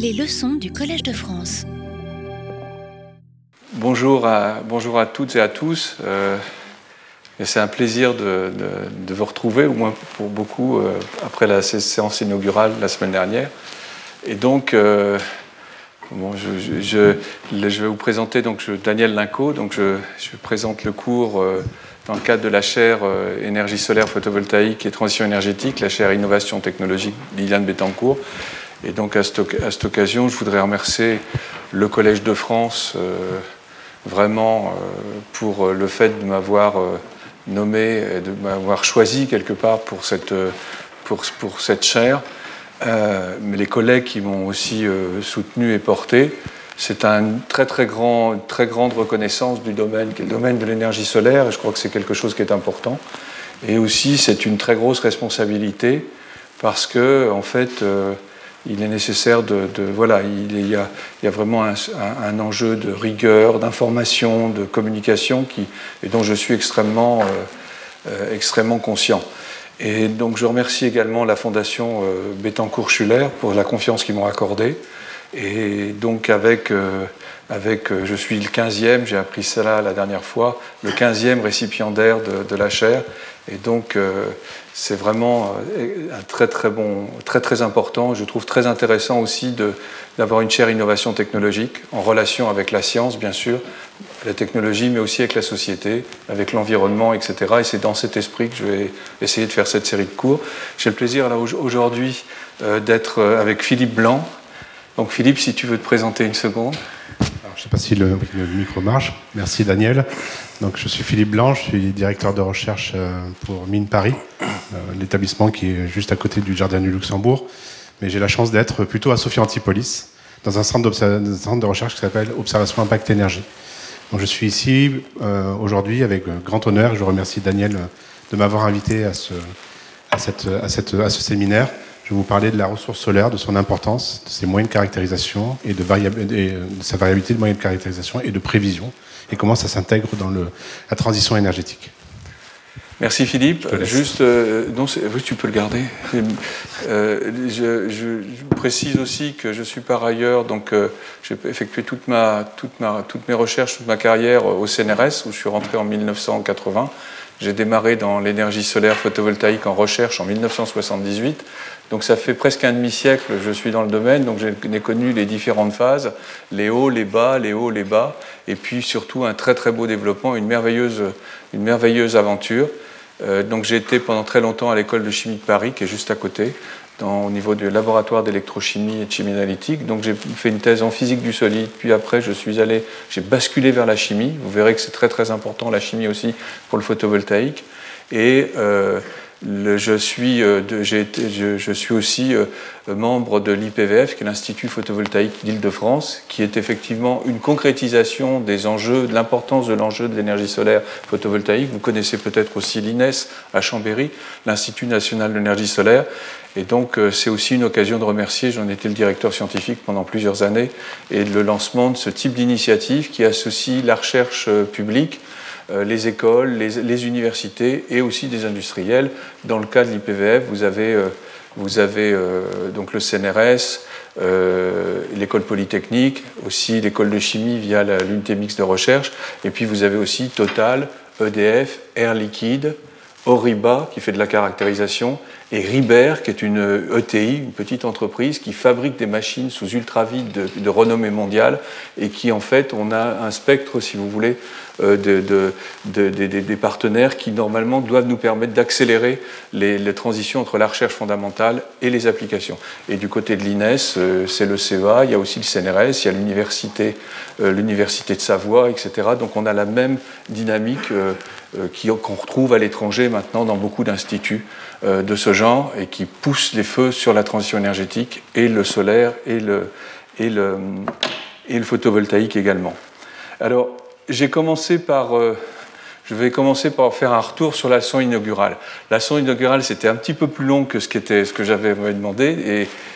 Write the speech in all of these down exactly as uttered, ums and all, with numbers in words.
Les leçons du Collège de France. Bonjour à, bonjour à toutes et à tous. Euh, c'est un plaisir de, de, de vous retrouver, au moins pour beaucoup, euh, après la séance inaugurale la semaine dernière. Et donc, euh, bon, je, je, je, je vais vous présenter donc, je, Daniel Linco. Donc je, je présente le cours euh, dans le cadre de la chaire euh, énergie solaire photovoltaïque et transition énergétique, la chaire innovation technologique Liliane Bettencourt. Et donc, à cette, à cette occasion, je voudrais remercier le Collège de France euh, vraiment euh, pour le fait de m'avoir euh, nommé, et de m'avoir choisi quelque part pour cette, pour, pour cette chaire. Euh, mais les collègues qui m'ont aussi euh, soutenu et porté. C'est une très, très, grand, très grande reconnaissance du domaine, qui est le domaine de l'énergie solaire, et je crois que c'est quelque chose qui est important. Et aussi, c'est une très grosse responsabilité, parce que, en fait, euh, il est nécessaire de... de voilà, il y, a, il y a vraiment un, un, un enjeu de rigueur, d'information, de communication, qui, et dont je suis extrêmement, euh, euh, extrêmement conscient. Et donc je remercie également la Fondation euh, Bettencourt-Schuller pour la confiance qu'ils m'ont accordée. Et donc avec, euh, avec euh, je suis le quinzième, j'ai appris cela la dernière fois, le quinzième récipiendaire de, de la chaire. Et donc euh, c'est vraiment un très très bon, très très important. Je trouve très intéressant aussi de, d'avoir une chaire innovation technologique en relation avec la science, bien sûr, la technologie, mais aussi avec la société, avec l'environnement, et cetera. Et c'est dans cet esprit que je vais essayer de faire cette série de cours. J'ai le plaisir là, aujourd'hui euh, d'être avec Philippe Blanc. Donc Philippe, si tu veux te présenter une seconde. Alors, je ne sais pas si le, le micro marche. Merci Daniel. Donc, je suis Philippe Blanc, je suis directeur de recherche pour Mines Paris, euh, l'établissement qui est juste à côté du Jardin du Luxembourg. Mais j'ai la chance d'être plutôt à Sophia Antipolis, dans un centre, un centre de recherche qui s'appelle Observation Impact Énergie. Donc, je suis ici euh, aujourd'hui avec grand honneur. Je remercie Daniel de m'avoir invité à ce, à, cette, à, cette, à ce séminaire. Je vais vous parler de la ressource solaire, de son importance, de ses moyens de caractérisation et de, variab... et de sa variabilité de moyens de caractérisation et de prévision, et comment ça s'intègre dans le... la transition énergétique. Merci Philippe. Juste, euh, non, oui, tu peux le garder. Euh, je, je, je précise aussi que je suis par ailleurs, donc euh, j'ai effectué toute ma, toute ma, toutes mes recherches, toute ma carrière au C N R S, où je suis rentré en mille neuf cent quatre-vingts. J'ai démarré dans l'énergie solaire photovoltaïque en recherche en mille neuf cent soixante-dix-huit. Donc ça fait presque un demi-siècle que je suis dans le domaine, donc j'ai connu les différentes phases, les hauts, les bas, les hauts, les bas, et puis surtout un très très beau développement, une merveilleuse, une merveilleuse aventure. Euh, donc j'ai été pendant très longtemps à l'école de chimie de Paris, qui est juste à côté, dans, au niveau du laboratoire d'électrochimie et de chimie analytique. Donc j'ai fait une thèse en physique du solide, puis après je suis allé, j'ai basculé vers la chimie. Vous verrez que c'est très très important la chimie aussi pour le photovoltaïque. Et euh, le, je, suis, euh, de, j'ai été, je, je suis aussi euh, membre de l'I P V F, qui est l'Institut photovoltaïque d'Île-de-France, qui est effectivement une concrétisation des enjeux, de l'importance de l'enjeu de l'énergie solaire photovoltaïque. Vous connaissez peut-être aussi l'I N E S à Chambéry, l'Institut national de l'énergie solaire. Et donc, euh, c'est aussi une occasion de remercier, j'en étais le directeur scientifique pendant plusieurs années, et le lancement de ce type d'initiative qui associe la recherche euh, publique, euh, les écoles, les, les universités et aussi des industriels. Dans le cas de l'I P V F, vous avez, euh, vous avez euh, donc le C N R S, euh, l'école polytechnique, aussi l'école de chimie via la, l'unité mixte de recherche, et puis vous avez aussi Total, E D F, Air Liquide, Oriba qui fait de la caractérisation, et Ribert qui est une E T I, une petite entreprise qui fabrique des machines sous ultravide de, de renommée mondiale, et qui en fait, on a un spectre, si vous voulez, euh, de, de, de, de, de, des partenaires qui normalement doivent nous permettre d'accélérer les, les transitions entre la recherche fondamentale et les applications. Et du côté de l'I N E S, euh, c'est le C E A, il y a aussi le C N R S, il y a l'université, euh, l'université de Savoie, et cetera. Donc on a la même dynamique euh, euh, qui, qu'on retrouve à l'étranger maintenant dans beaucoup d'instituts euh, de ce genre, et qui pousse les feux sur la transition énergétique et le solaire et le, et le, et le photovoltaïque également. Alors, j'ai commencé par, euh, je vais commencer par faire un retour sur la leçon inaugurale. La leçon inaugurale, c'était un petit peu plus long que ce, qui était, ce que j'avais demandé, et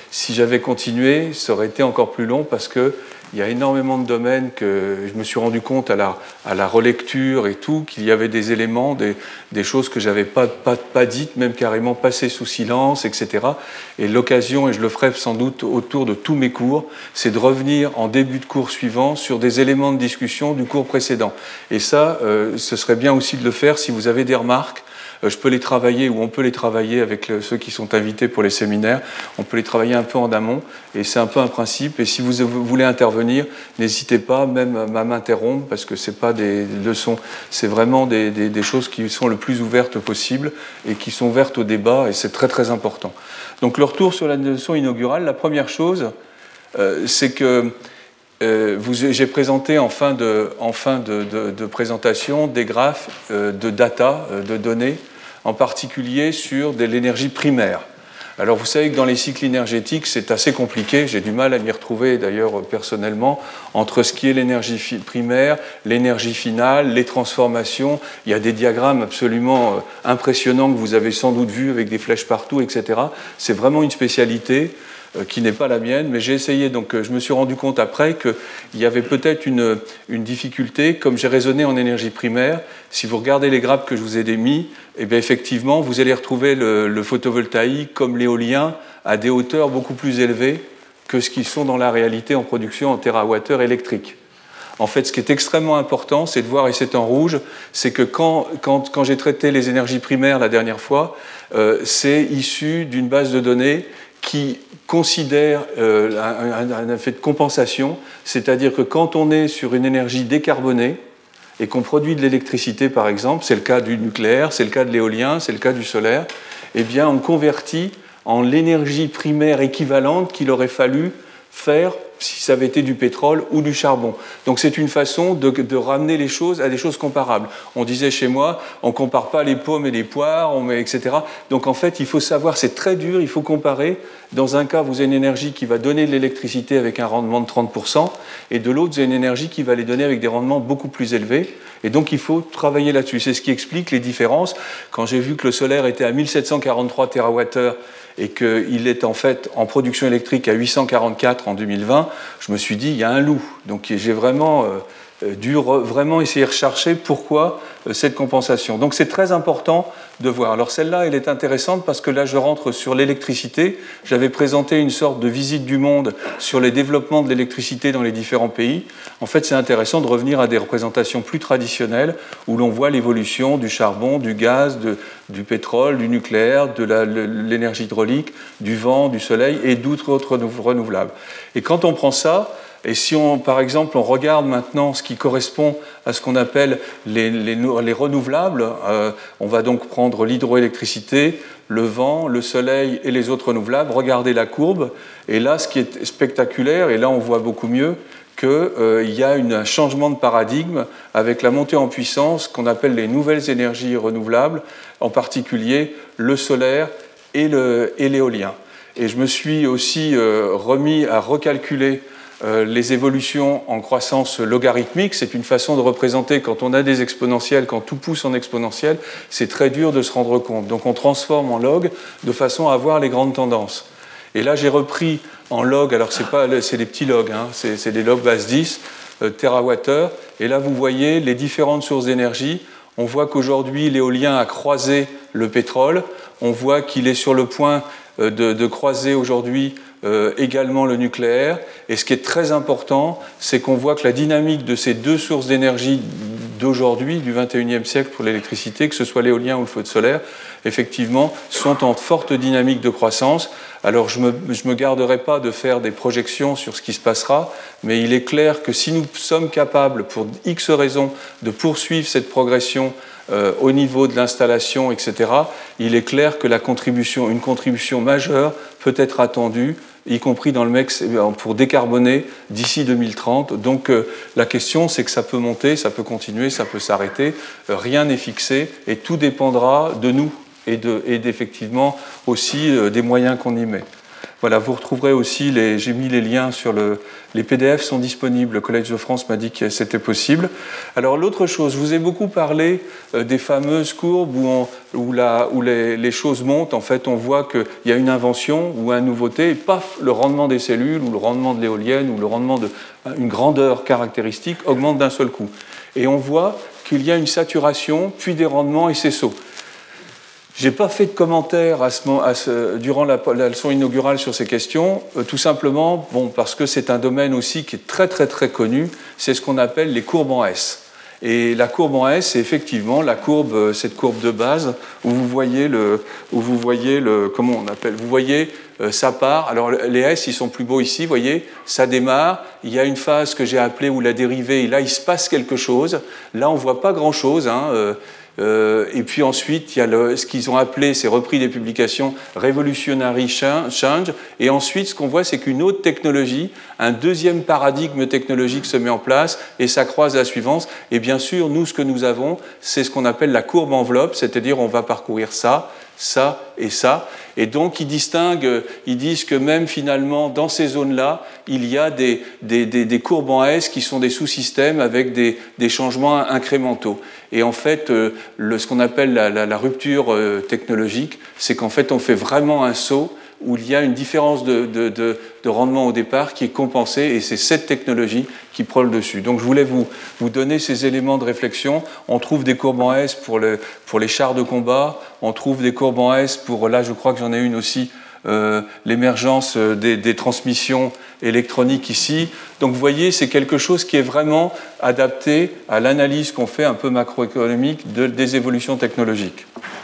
si j'avais continué, ça aurait été encore plus long parce que il y a énormément de domaines que je me suis rendu compte à la, à la relecture et tout, qu'il y avait des éléments, des, des choses que je n'avais pas, pas, pas dites, même carrément passées sous silence, et cetera. Et l'occasion, et je le ferai sans doute autour de tous mes cours, c'est de revenir en début de cours suivant sur des éléments de discussion du cours précédent. Et ça, euh, ce serait bien aussi de le faire si vous avez des remarques. Je peux les travailler, ou on peut les travailler avec le, ceux qui sont invités pour les séminaires. On peut les travailler un peu en amont, et c'est un peu un principe. Et si vous voulez intervenir, n'hésitez pas même à m'interrompre, parce que ce n'est pas des leçons, c'est vraiment des, des, des choses qui sont le plus ouvertes possible, et qui sont ouvertes au débat, et c'est très très important. Donc le retour sur la leçon inaugurale, la première chose, euh, c'est que Euh, j'ai présenté en fin de, en fin de, de, de présentation des graphes euh, de data, euh, de données, en particulier sur de l'énergie primaire. Alors vous savez que dans les cycles énergétiques, c'est assez compliqué, j'ai du mal à m'y retrouver d'ailleurs personnellement, entre ce qui est l'énergie primaire, l'énergie finale, les transformations. Il y a des diagrammes absolument impressionnants que vous avez sans doute vus avec des flèches partout, et cetera. C'est vraiment une spécialité qui n'est pas la mienne, mais j'ai essayé, donc je me suis rendu compte après qu'il y avait peut-être une, une difficulté, comme j'ai raisonné en énergie primaire, si vous regardez les graphes que je vous ai mis, eh bien effectivement, vous allez retrouver le, le photovoltaïque comme l'éolien à des hauteurs beaucoup plus élevées que ce qu'ils sont dans la réalité en production en térawattheure électrique. En fait, ce qui est extrêmement important, c'est de voir, et c'est en rouge, c'est que quand, quand, quand j'ai traité les énergies primaires la dernière fois, euh, c'est issu d'une base de données qui considère euh, un, un, un effet de compensation, c'est-à-dire que quand on est sur une énergie décarbonée et qu'on produit de l'électricité, par exemple, c'est le cas du nucléaire, c'est le cas de l'éolien, c'est le cas du solaire, eh bien on convertit en l'énergie primaire équivalente qu'il aurait fallu faire si ça avait été du pétrole ou du charbon. Donc c'est une façon de, de ramener les choses à des choses comparables. On disait chez moi, on ne compare pas les pommes et les poires, on met, et cetera. Donc en fait, il faut savoir, c'est très dur, il faut comparer. Dans un cas, vous avez une énergie qui va donner de l'électricité avec un rendement de trente pour cent, et de l'autre, vous avez une énergie qui va les donner avec des rendements beaucoup plus élevés. Et donc il faut travailler là-dessus. C'est ce qui explique les différences. Quand j'ai vu que le solaire était à mille sept cent quarante-trois térawattheures et qu'il est en fait en production électrique à huit cent quarante-quatre en deux mille vingt, je me suis dit, il y a un loup. Donc j'ai vraiment euh, dû re, vraiment essayer de rechercher pourquoi euh, cette compensation. Donc c'est très important de voir. Alors celle-là, elle est intéressante parce que là, je rentre sur l'électricité. J'avais présenté une sorte de visite du monde sur les développements de l'électricité dans les différents pays. En fait, c'est intéressant de revenir à des représentations plus traditionnelles où l'on voit l'évolution du charbon, du gaz, de, du pétrole, du nucléaire, de la, l'énergie hydraulique, du vent, du soleil et d'autres autres renouvelables. Et quand on prend ça, et si on, par exemple, on regarde maintenant ce qui correspond à ce qu'on appelle les, les, les renouvelables, euh, on va donc prendre l'hydroélectricité, le vent, le soleil et les autres renouvelables, regardez la courbe, et là, ce qui est spectaculaire, et là on voit beaucoup mieux, qu'il euh, y a une, un changement de paradigme avec la montée en puissance qu'on appelle les nouvelles énergies renouvelables, en particulier le solaire et, le, et l'éolien. Et je me suis aussi euh, remis à recalculer Euh, les évolutions en croissance logarithmique. C'est une façon de représenter quand on a des exponentielles, quand tout pousse en exponentielle, c'est très dur de se rendre compte. Donc on transforme en log de façon à voir les grandes tendances. Et là j'ai repris en log, alors c'est pas, c'est des petits logs, hein, c'est, c'est des logs base dix, euh, térawattheures, et là vous voyez les différentes sources d'énergie. On voit qu'aujourd'hui l'éolien a croisé le pétrole, on voit qu'il est sur le point euh, de, de croiser aujourd'hui Euh, également le nucléaire. Et ce qui est très important, c'est qu'on voit que la dynamique de ces deux sources d'énergie d'aujourd'hui, du vingt et unième siècle pour l'électricité, que ce soit l'éolien ou le feu de solaire, effectivement, sont en forte dynamique de croissance. Alors je ne me, je me garderai pas de faire des projections sur ce qui se passera, mais il est clair que si nous sommes capables, pour X raisons, de poursuivre cette progression euh, au niveau de l'installation, et cetera, il est clair que la contribution, une contribution majeure peut être attendue, y compris dans le M E X, pour décarboner d'ici deux mille trente. Donc euh, la question, c'est que ça peut monter, ça peut continuer, ça peut s'arrêter. Euh, rien n'est fixé et tout dépendra de nous et, de, et d'effectivement aussi euh, des moyens qu'on y met. Voilà, vous retrouverez aussi, les, j'ai mis les liens sur le... Les P D F sont disponibles, le Collège de France m'a dit que c'était possible. Alors l'autre chose, je vous ai beaucoup parlé euh, des fameuses courbes où, on, où, la, où les, les choses montent. En fait, on voit qu'il y a une invention ou une nouveauté, et paf, le rendement des cellules ou le rendement de l'éolienne ou le rendement d'une grandeur caractéristique augmente d'un seul coup. Et on voit qu'il y a une saturation, puis des rendements et c'est saut. Je n'ai pas fait de commentaires à ce, à ce, durant la, la leçon inaugurale sur ces questions, euh, tout simplement bon, parce que c'est un domaine aussi qui est très très très connu, c'est ce qu'on appelle les courbes en S. Et la courbe en S, c'est effectivement la courbe, cette courbe de base où vous voyez le, où vous voyez le, comment on appelle, vous voyez euh, ça part. Alors les S, ils sont plus beaux ici, vous voyez, ça démarre. Il y a une phase que j'ai appelée où la dérivée, et là il se passe quelque chose. Là on voit pas grand chose. Hein, euh, Euh, et puis ensuite, il y a le, ce qu'ils ont appelé, c'est repris des publications, Revolutionary Change. Et ensuite, ce qu'on voit, c'est qu'une autre technologie, un deuxième paradigme technologique se met en place et ça croise la suivante. Et bien sûr, nous, ce que nous avons, c'est ce qu'on appelle la courbe enveloppe, c'est-à-dire on va parcourir ça, ça et ça. Et donc, ils distinguent, ils disent que même finalement, dans ces zones-là, il y a des, des, des, des courbes en S qui sont des sous-systèmes avec des, des changements incrémentaux. Et en fait, le, ce qu'on appelle la, la, la rupture technologique, c'est qu'en fait, on fait vraiment un saut où il y a une différence de, de, de, de rendement au départ qui est compensée, et c'est cette technologie qui prend le dessus. Donc je voulais vous, vous donner ces éléments de réflexion. On trouve des courbes en S pour, le, pour les chars de combat, on trouve des courbes en S pour, là je crois que j'en ai une aussi, euh, l'émergence des, des transmissions électroniques ici. Donc vous voyez, c'est quelque chose qui est vraiment adapté à l'analyse qu'on fait un peu macroéconomique de, des évolutions technologiques.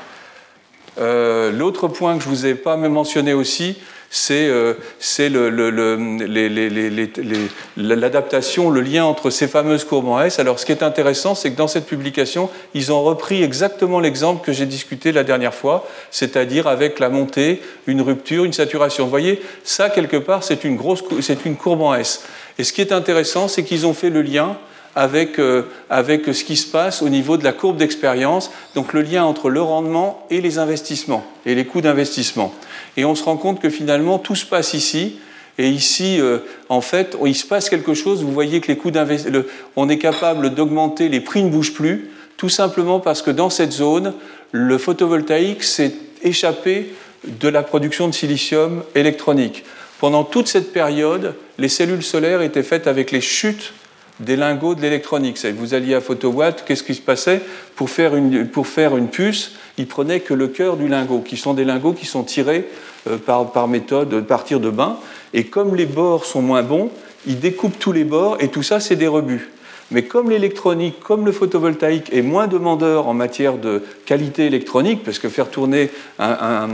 Euh, l'autre point que je ne vous ai pas mentionné aussi, c'est, euh, c'est le, le, le, les, les, les, les, l'adaptation, le lien entre ces fameuses courbes en S. Alors ce qui est intéressant, c'est que dans cette publication, ils ont repris exactement l'exemple que j'ai discuté la dernière fois, c'est-à-dire avec la montée, une rupture, une saturation. Vous voyez, ça quelque part, c'est une, grosse, c'est une courbe en S. Et ce qui est intéressant, c'est qu'ils ont fait le lien Avec, euh, avec ce qui se passe au niveau de la courbe d'expérience, donc le lien entre le rendement et les investissements, et les coûts d'investissement. Et on se rend compte que finalement, tout se passe ici, et ici, euh, en fait, il se passe quelque chose, vous voyez que les coûts d'investissement, on est capable d'augmenter, les prix ne bougent plus, tout simplement parce que dans cette zone, le photovoltaïque s'est échappé de la production de silicium électronique. Pendant toute cette période, les cellules solaires étaient faites avec les chutes des lingots de l'électronique. Vous alliez à Photowatt, qu'est-ce qui se passait ? Pour faire une, pour faire une puce, ils prenaient que le cœur du lingot, qui sont des lingots qui sont tirés euh, par, par méthode de partir de bain. Et comme les bords sont moins bons, ils découpent tous les bords et tout ça, c'est des rebuts. Mais comme l'électronique, comme le photovoltaïque est moins demandeur en matière de qualité électronique, parce que faire tourner un, un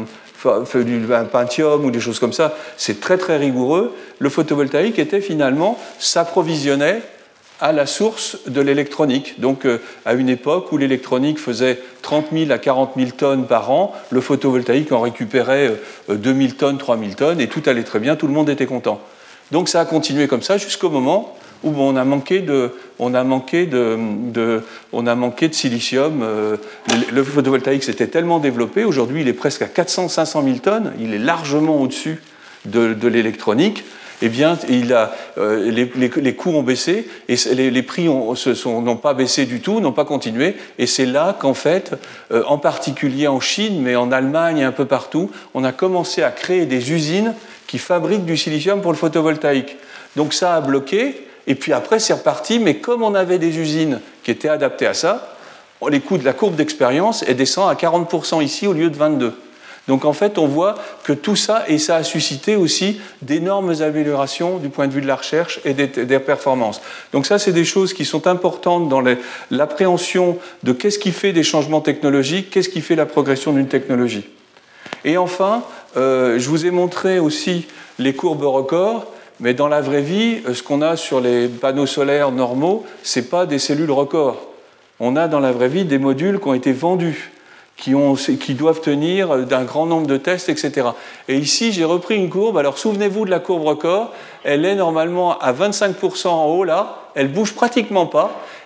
un Pentium ou des choses comme ça, c'est très très rigoureux, le photovoltaïque était finalement, s'approvisionnait à la source de l'électronique. Donc euh, à une époque où l'électronique faisait trente mille à quarante mille tonnes par an, le photovoltaïque en récupérait euh, deux mille tonnes, trois mille tonnes, et tout allait très bien, tout le monde était content. Donc ça a continué comme ça jusqu'au moment où bon, on a manqué de, on a manqué de, de, on a manqué de silicium. Euh, le, le photovoltaïque s'était tellement développé, aujourd'hui il est presque à quatre cents à cinq cent mille tonnes, il est largement au-dessus de, de l'électronique. Eh bien, il a, euh, les, les, les coûts ont baissé et les, les prix ont, se sont, n'ont pas baissé du tout, n'ont pas continué. Et c'est là qu'en fait, euh, en particulier en Chine, mais en Allemagne et un peu partout, on a commencé à créer des usines qui fabriquent du silicium pour le photovoltaïque. Donc ça a bloqué. Et puis après, c'est reparti, mais comme on avait des usines qui étaient adaptées à ça, les coûts de la courbe d'expérience descendent à quarante pour cent ici au lieu de vingt-deux pour cent. Donc en fait, on voit que tout ça, et ça a suscité aussi d'énormes améliorations du point de vue de la recherche et des, des performances. Donc ça, c'est des choses qui sont importantes dans les, l'appréhension de qu'est-ce qui fait des changements technologiques, qu'est-ce qui fait la progression d'une technologie. Et enfin, euh, je vous ai montré aussi les courbes records. Mais dans la vraie vie, ce qu'on a sur les panneaux solaires normaux, ce n'est pas des cellules records. On a dans la vraie vie des modules qui ont été vendus, qui, ont, qui doivent tenir d'un grand nombre de tests, et cetera. Et ici, j'ai repris une courbe. Alors, souvenez-vous de la courbe record. Elle est normalement à vingt-cinq pour cent en haut, là. Elle ne bouge pratiquement pas.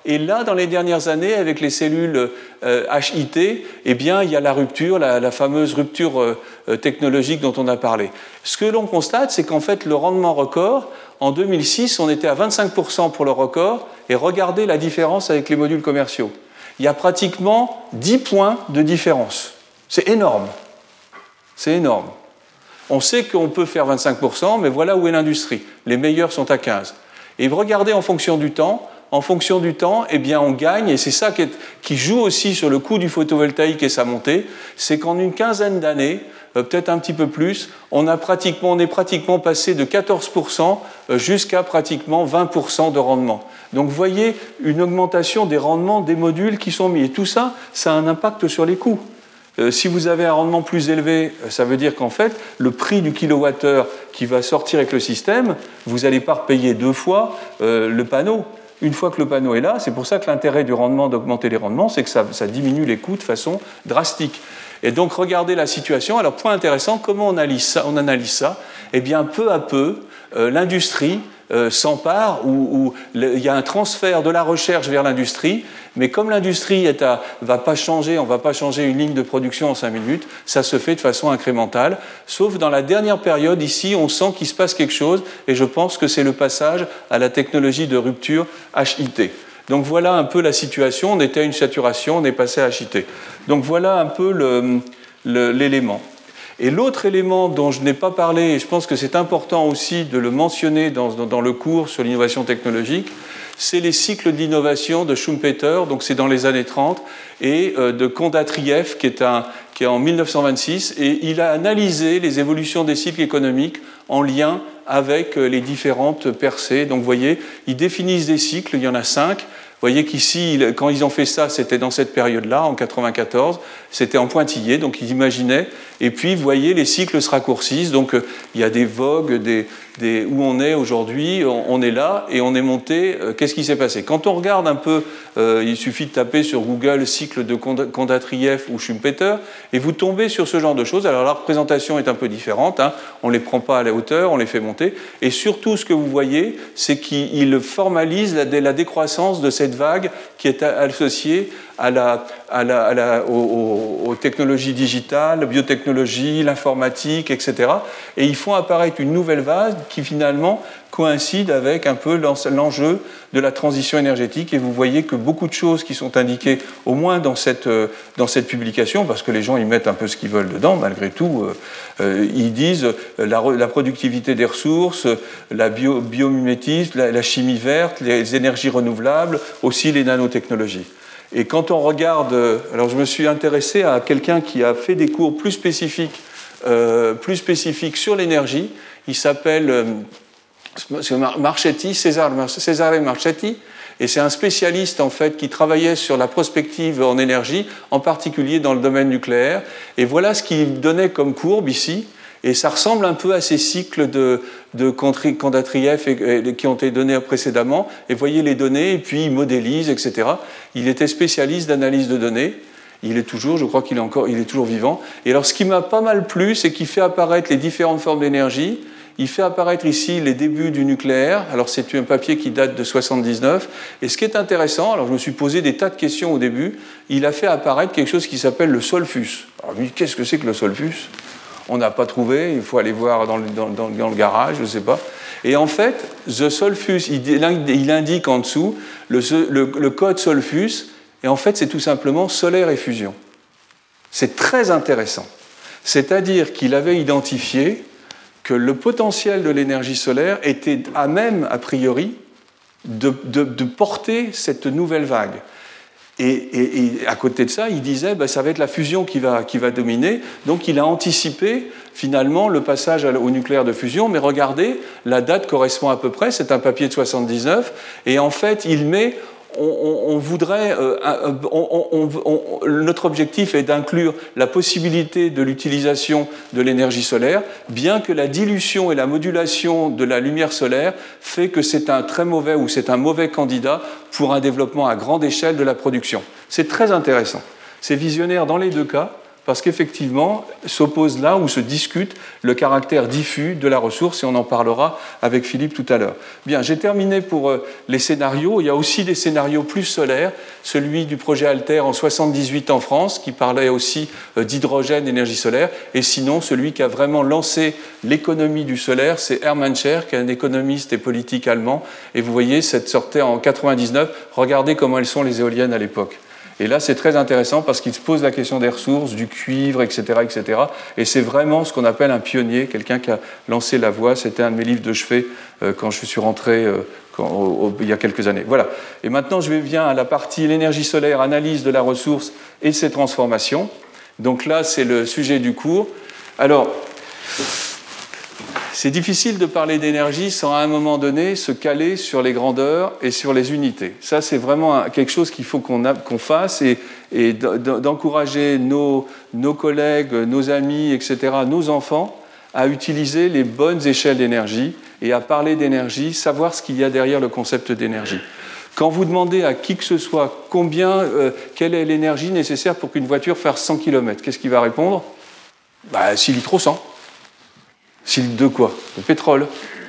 Et là, dans les dernières années, avec les cellules euh, H I T, eh bien, il y a la rupture, la, la fameuse rupture euh, technologique dont on a parlé. Ce que l'on constate, c'est qu'en fait, le rendement record, en deux mille six, on était à vingt-cinq pour cent pour le record, et regardez la différence avec les modules commerciaux. Il y a pratiquement dix points de différence. C'est énorme. C'est énorme. On sait qu'on peut faire vingt-cinq pour cent, mais voilà où est l'industrie. Les meilleurs sont à quinze pour cent. Et regardez en fonction du temps. En fonction du temps, eh bien, on gagne, et c'est ça qui, est, qui joue aussi sur le coût du photovoltaïque et sa montée, c'est qu'en une quinzaine d'années, euh, peut-être un petit peu plus, on, a pratiquement, on est pratiquement passé de quatorze pour cent jusqu'à pratiquement vingt pour cent de rendement. Donc vous voyez une augmentation des rendements des modules qui sont mis. Et tout ça, ça a un impact sur les coûts. Euh, si vous avez un rendement plus élevé, ça veut dire qu'en fait, le prix du kilowattheure qui va sortir avec le système, vous n'allez pas repayer deux fois euh, le panneau. Une fois que le panneau est là, c'est pour ça que l'intérêt du rendement, d'augmenter les rendements, c'est que ça, ça diminue les coûts de façon drastique. Et donc, regardez la situation. Alors, point intéressant, comment on analyse ça, on analyse ça Eh bien, peu à peu, euh, l'industrie euh, s'empare, où il y a un transfert de la recherche vers l'industrie, mais comme l'industrie ne va pas changer, on ne va pas changer une ligne de production en cinq minutes, ça se fait de façon incrémentale, sauf dans la dernière période, ici, on sent qu'il se passe quelque chose, et je pense que c'est le passage à la technologie de rupture H I T. Donc voilà un peu la situation, on était à une saturation, on est passé à H I T. Donc voilà un peu le, le, l'élément. Et l'autre élément dont je n'ai pas parlé, et je pense que c'est important aussi de le mentionner dans, dans, dans le cours sur l'innovation technologique, c'est les cycles d'innovation de Schumpeter, donc c'est dans les années trente, et euh, de Kondatriev, qui est, un, qui est en mille neuf cent vingt-six, et il a analysé les évolutions des cycles économiques en lien avec les différentes percées. Donc vous voyez, ils définissent des cycles, il y en a cinq. Vous voyez qu'ici, quand ils ont fait ça, c'était dans cette période-là, en mille neuf cent quatre-vingt-quatorze, c'était en pointillé, donc ils imaginaient. Et puis, vous voyez, les cycles se raccourcissent, donc il y a des vogues, des, des, où on est aujourd'hui, on, on est là, et on est monté. Euh, qu'est-ce qui s'est passé? Quand on regarde un peu, euh, il suffit de taper sur Google cycle de Kondatriev ou Schumpeter, et vous tombez sur ce genre de choses. Alors la représentation est un peu différente, hein. On ne les prend pas à la hauteur, on les fait monter, et surtout ce que vous voyez, c'est qu'il formalise la, la décroissance de cette vague qui est associée à la, à la, à la, aux, aux technologies digitales, biotechnologie, l'informatique, et cetera. Et ils font apparaître une nouvelle vague qui finalement coïncide avec un peu l'enjeu de la transition énergétique. Et vous voyez que beaucoup de choses qui sont indiquées, au moins dans cette, dans cette publication, parce que les gens y mettent un peu ce qu'ils veulent dedans, malgré tout, euh, ils disent la, la productivité des ressources, la bio, biomimétisme, la, la chimie verte, les énergies renouvelables, aussi les nanotechnologies. Et quand on regarde, alors je me suis intéressé à quelqu'un qui a fait des cours plus spécifiques, euh, plus spécifiques sur l'énergie. Il s'appelle euh, Marchetti, César, Cesare Marchetti, et c'est un spécialiste en fait qui travaillait sur la prospective en énergie, en particulier dans le domaine nucléaire. Et voilà ce qu'il donnait comme courbe ici. Et ça ressemble un peu à ces cycles de, de Kondatriev et, et, qui ont été donnés précédemment. Et vous voyez les données, et puis il modélise, et cetera. Il était spécialiste d'analyse de données. Il est toujours, je crois qu'il est encore, il est toujours vivant. Et alors, ce qui m'a pas mal plu, c'est qu'il fait apparaître les différentes formes d'énergie. Il fait apparaître ici les débuts du nucléaire. Alors, c'est un papier qui date de soixante-dix-neuf. Et ce qui est intéressant, alors je me suis posé des tas de questions au début. Il a fait apparaître quelque chose qui s'appelle le solfus. Alors, qu'est-ce que c'est que le solfus ? On n'a pas trouvé, il faut aller voir dans le, dans, dans, dans le garage, je ne sais pas. Et en fait, the solfus, il, il indique en dessous le, le, le code solfus, et en fait, c'est tout simplement solaire et fusion. C'est très intéressant. C'est-à-dire qu'il avait identifié que le potentiel de l'énergie solaire était à même, a priori, de, de, de porter cette nouvelle vague. Et, et, et à côté de ça, il disait ben, ça va être la fusion qui va, qui va dominer. Donc il a anticipé finalement le passage au nucléaire de fusion. Mais regardez, la date correspond à peu près, c'est un papier de soixante-dix-neuf. Et en fait, il met, on, on, on voudrait, euh, on, on, on, notre objectif est d'inclure la possibilité de l'utilisation de l'énergie solaire, bien que la dilution et la modulation de la lumière solaire fait que c'est un très mauvais ou c'est un mauvais candidat pour un développement à grande échelle de la production. C'est très intéressant. C'est visionnaire dans les deux cas. parce qu'effectivement, s'oppose là où se discute le caractère diffus de la ressource, et on en parlera avec Philippe tout à l'heure. Bien, j'ai terminé pour euh, les scénarios. Il y a aussi des scénarios plus solaires, celui du projet Altair en soixante-dix-huit en France, qui parlait aussi euh, d'hydrogène, d'énergie solaire, et sinon, celui qui a vraiment lancé l'économie du solaire, c'est Hermann Scher, qui est un économiste et politique allemand, et vous voyez, cette sortait en quatre-vingt-dix-neuf. Regardez comment elles sont les éoliennes à l'époque. Et là, c'est très intéressant parce qu'il se pose la question des ressources, du cuivre, et cetera, et cetera. Et c'est vraiment ce qu'on appelle un pionnier, quelqu'un qui a lancé la voie. C'était un de mes livres de chevet euh, quand je suis rentré euh, quand, au, au, il y a quelques années. Voilà. Et maintenant, je viens à la partie l'énergie solaire, analyse de la ressource et ses transformations. Donc là, c'est le sujet du cours. Alors, c'est difficile de parler d'énergie sans à un moment donné se caler sur les grandeurs et sur les unités. Ça, c'est vraiment quelque chose qu'il faut qu'on, a, qu'on fasse et, et d'encourager nos, nos collègues, nos amis, et cetera, nos enfants à utiliser les bonnes échelles d'énergie et à parler d'énergie, savoir ce qu'il y a derrière le concept d'énergie. Quand vous demandez à qui que ce soit combien, euh, quelle est l'énergie nécessaire pour qu'une voiture fasse cent kilomètres, qu'est-ce qu'il va répondre ? Bah, six litres au cent. six litres de quoi ? De pétrole.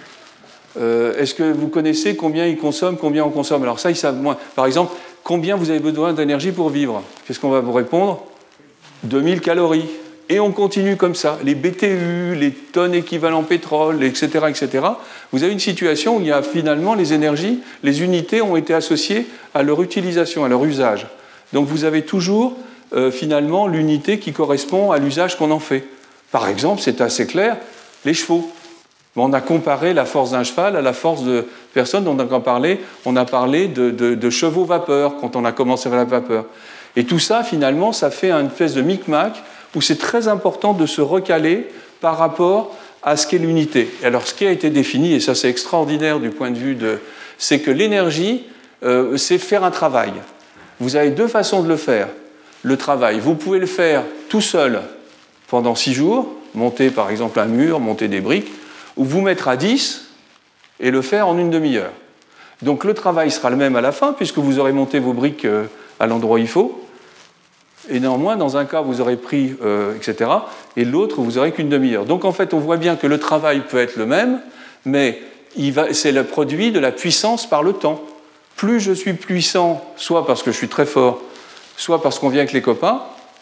Euh, est-ce que vous connaissez combien ils consomment, combien on consomme ? Alors ça, ils savent moins. Par exemple, combien vous avez besoin d'énergie pour vivre ? Qu'est-ce qu'on va vous répondre ? deux mille calories. Et on continue comme ça. Les B T U, les tonnes équivalent pétrole, et cetera, et cetera. Vous avez une situation où il y a finalement les énergies, les unités ont été associées à leur utilisation, à leur usage. Donc vous avez toujours euh, finalement l'unité qui correspond à l'usage qu'on en fait. Par exemple, c'est assez clair, les chevaux. On a comparé la force d'un cheval à la force de personnes dont on a parlé. On a parlé de, de, de chevaux vapeur quand on a commencé avec la vapeur. Et tout ça, finalement, ça fait une espèce de micmac où c'est très important de se recaler par rapport à ce qu'est l'unité. Et alors, ce qui a été défini, et ça c'est extraordinaire du point de vue de... c'est que l'énergie, euh, c'est faire un travail. Vous avez deux façons de le faire. Le travail, vous pouvez le faire tout seul pendant six jours, monter par exemple un mur, monter des briques, ou vous mettre à dix et le faire en une demi-heure. Donc le travail sera le même à la fin, puisque vous aurez monté vos briques à l'endroit où il faut, et néanmoins, dans un cas, vous aurez pris, euh, et cetera, et l'autre, vous n'aurez qu'une demi-heure. Donc en fait, on voit bien que le travail peut être le même, mais il va, c'est le produit de la puissance par le temps. Plus je suis puissant, soit parce que je suis très fort, soit parce qu'on vient avec les copains,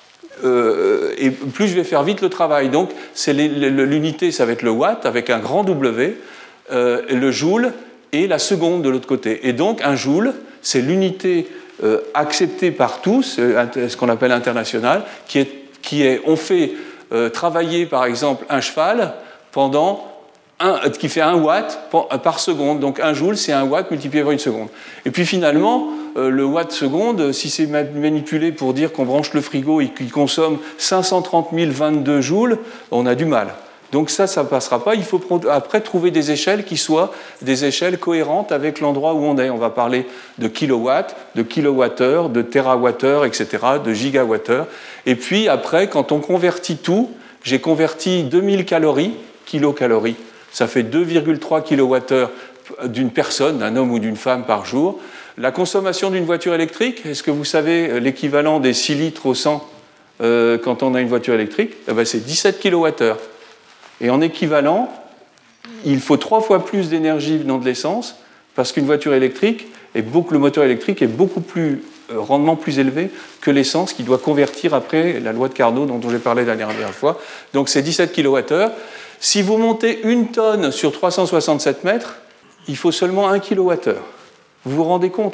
Euh, et plus je vais faire vite le travail. Donc c'est l'unité, ça va être le watt avec un grand W, euh, le joule et la seconde de l'autre côté. Et donc un joule, c'est l'unité euh, acceptée par tous, euh, ce qu'on appelle international, qui est, qui est on fait euh, travailler par exemple un cheval pendant un, qui fait un watt par seconde. Donc un joule, c'est un watt multiplié par une seconde. Et puis finalement, euh, le watt seconde, si c'est manipulé pour dire qu'on branche le frigo et qu'il consomme cinq cent trente mille vingt-deux joules, on a du mal. Donc ça, ça ne passera pas. Il faut après trouver des échelles qui soient des échelles cohérentes avec l'endroit où on est. On va parler de kilowatts, de kilowattheures, de térawattheures, et cetera, de gigawattheures. Et puis après, quand on convertit tout, j'ai converti deux mille calories, kilocalories, ça fait deux virgule trois kilowattheures d'une personne, d'un homme ou d'une femme par jour. La consommation d'une voiture électrique, est-ce que vous savez l'équivalent des six litres au cent euh, quand on a une voiture électrique ? Eh bien, c'est dix-sept kilowattheures. Et en équivalent, il faut trois fois plus d'énergie venant de l'essence parce qu'une voiture électrique, est beaucoup, le moteur électrique est beaucoup plus euh, rendement plus élevé que l'essence qui doit convertir après la loi de Carnot dont j'ai parlé la dernière fois. Donc c'est dix-sept kilowattheures. Si vous montez une tonne sur trois cent soixante-sept mètres, il faut seulement un kilowattheure. Vous vous rendez compte ?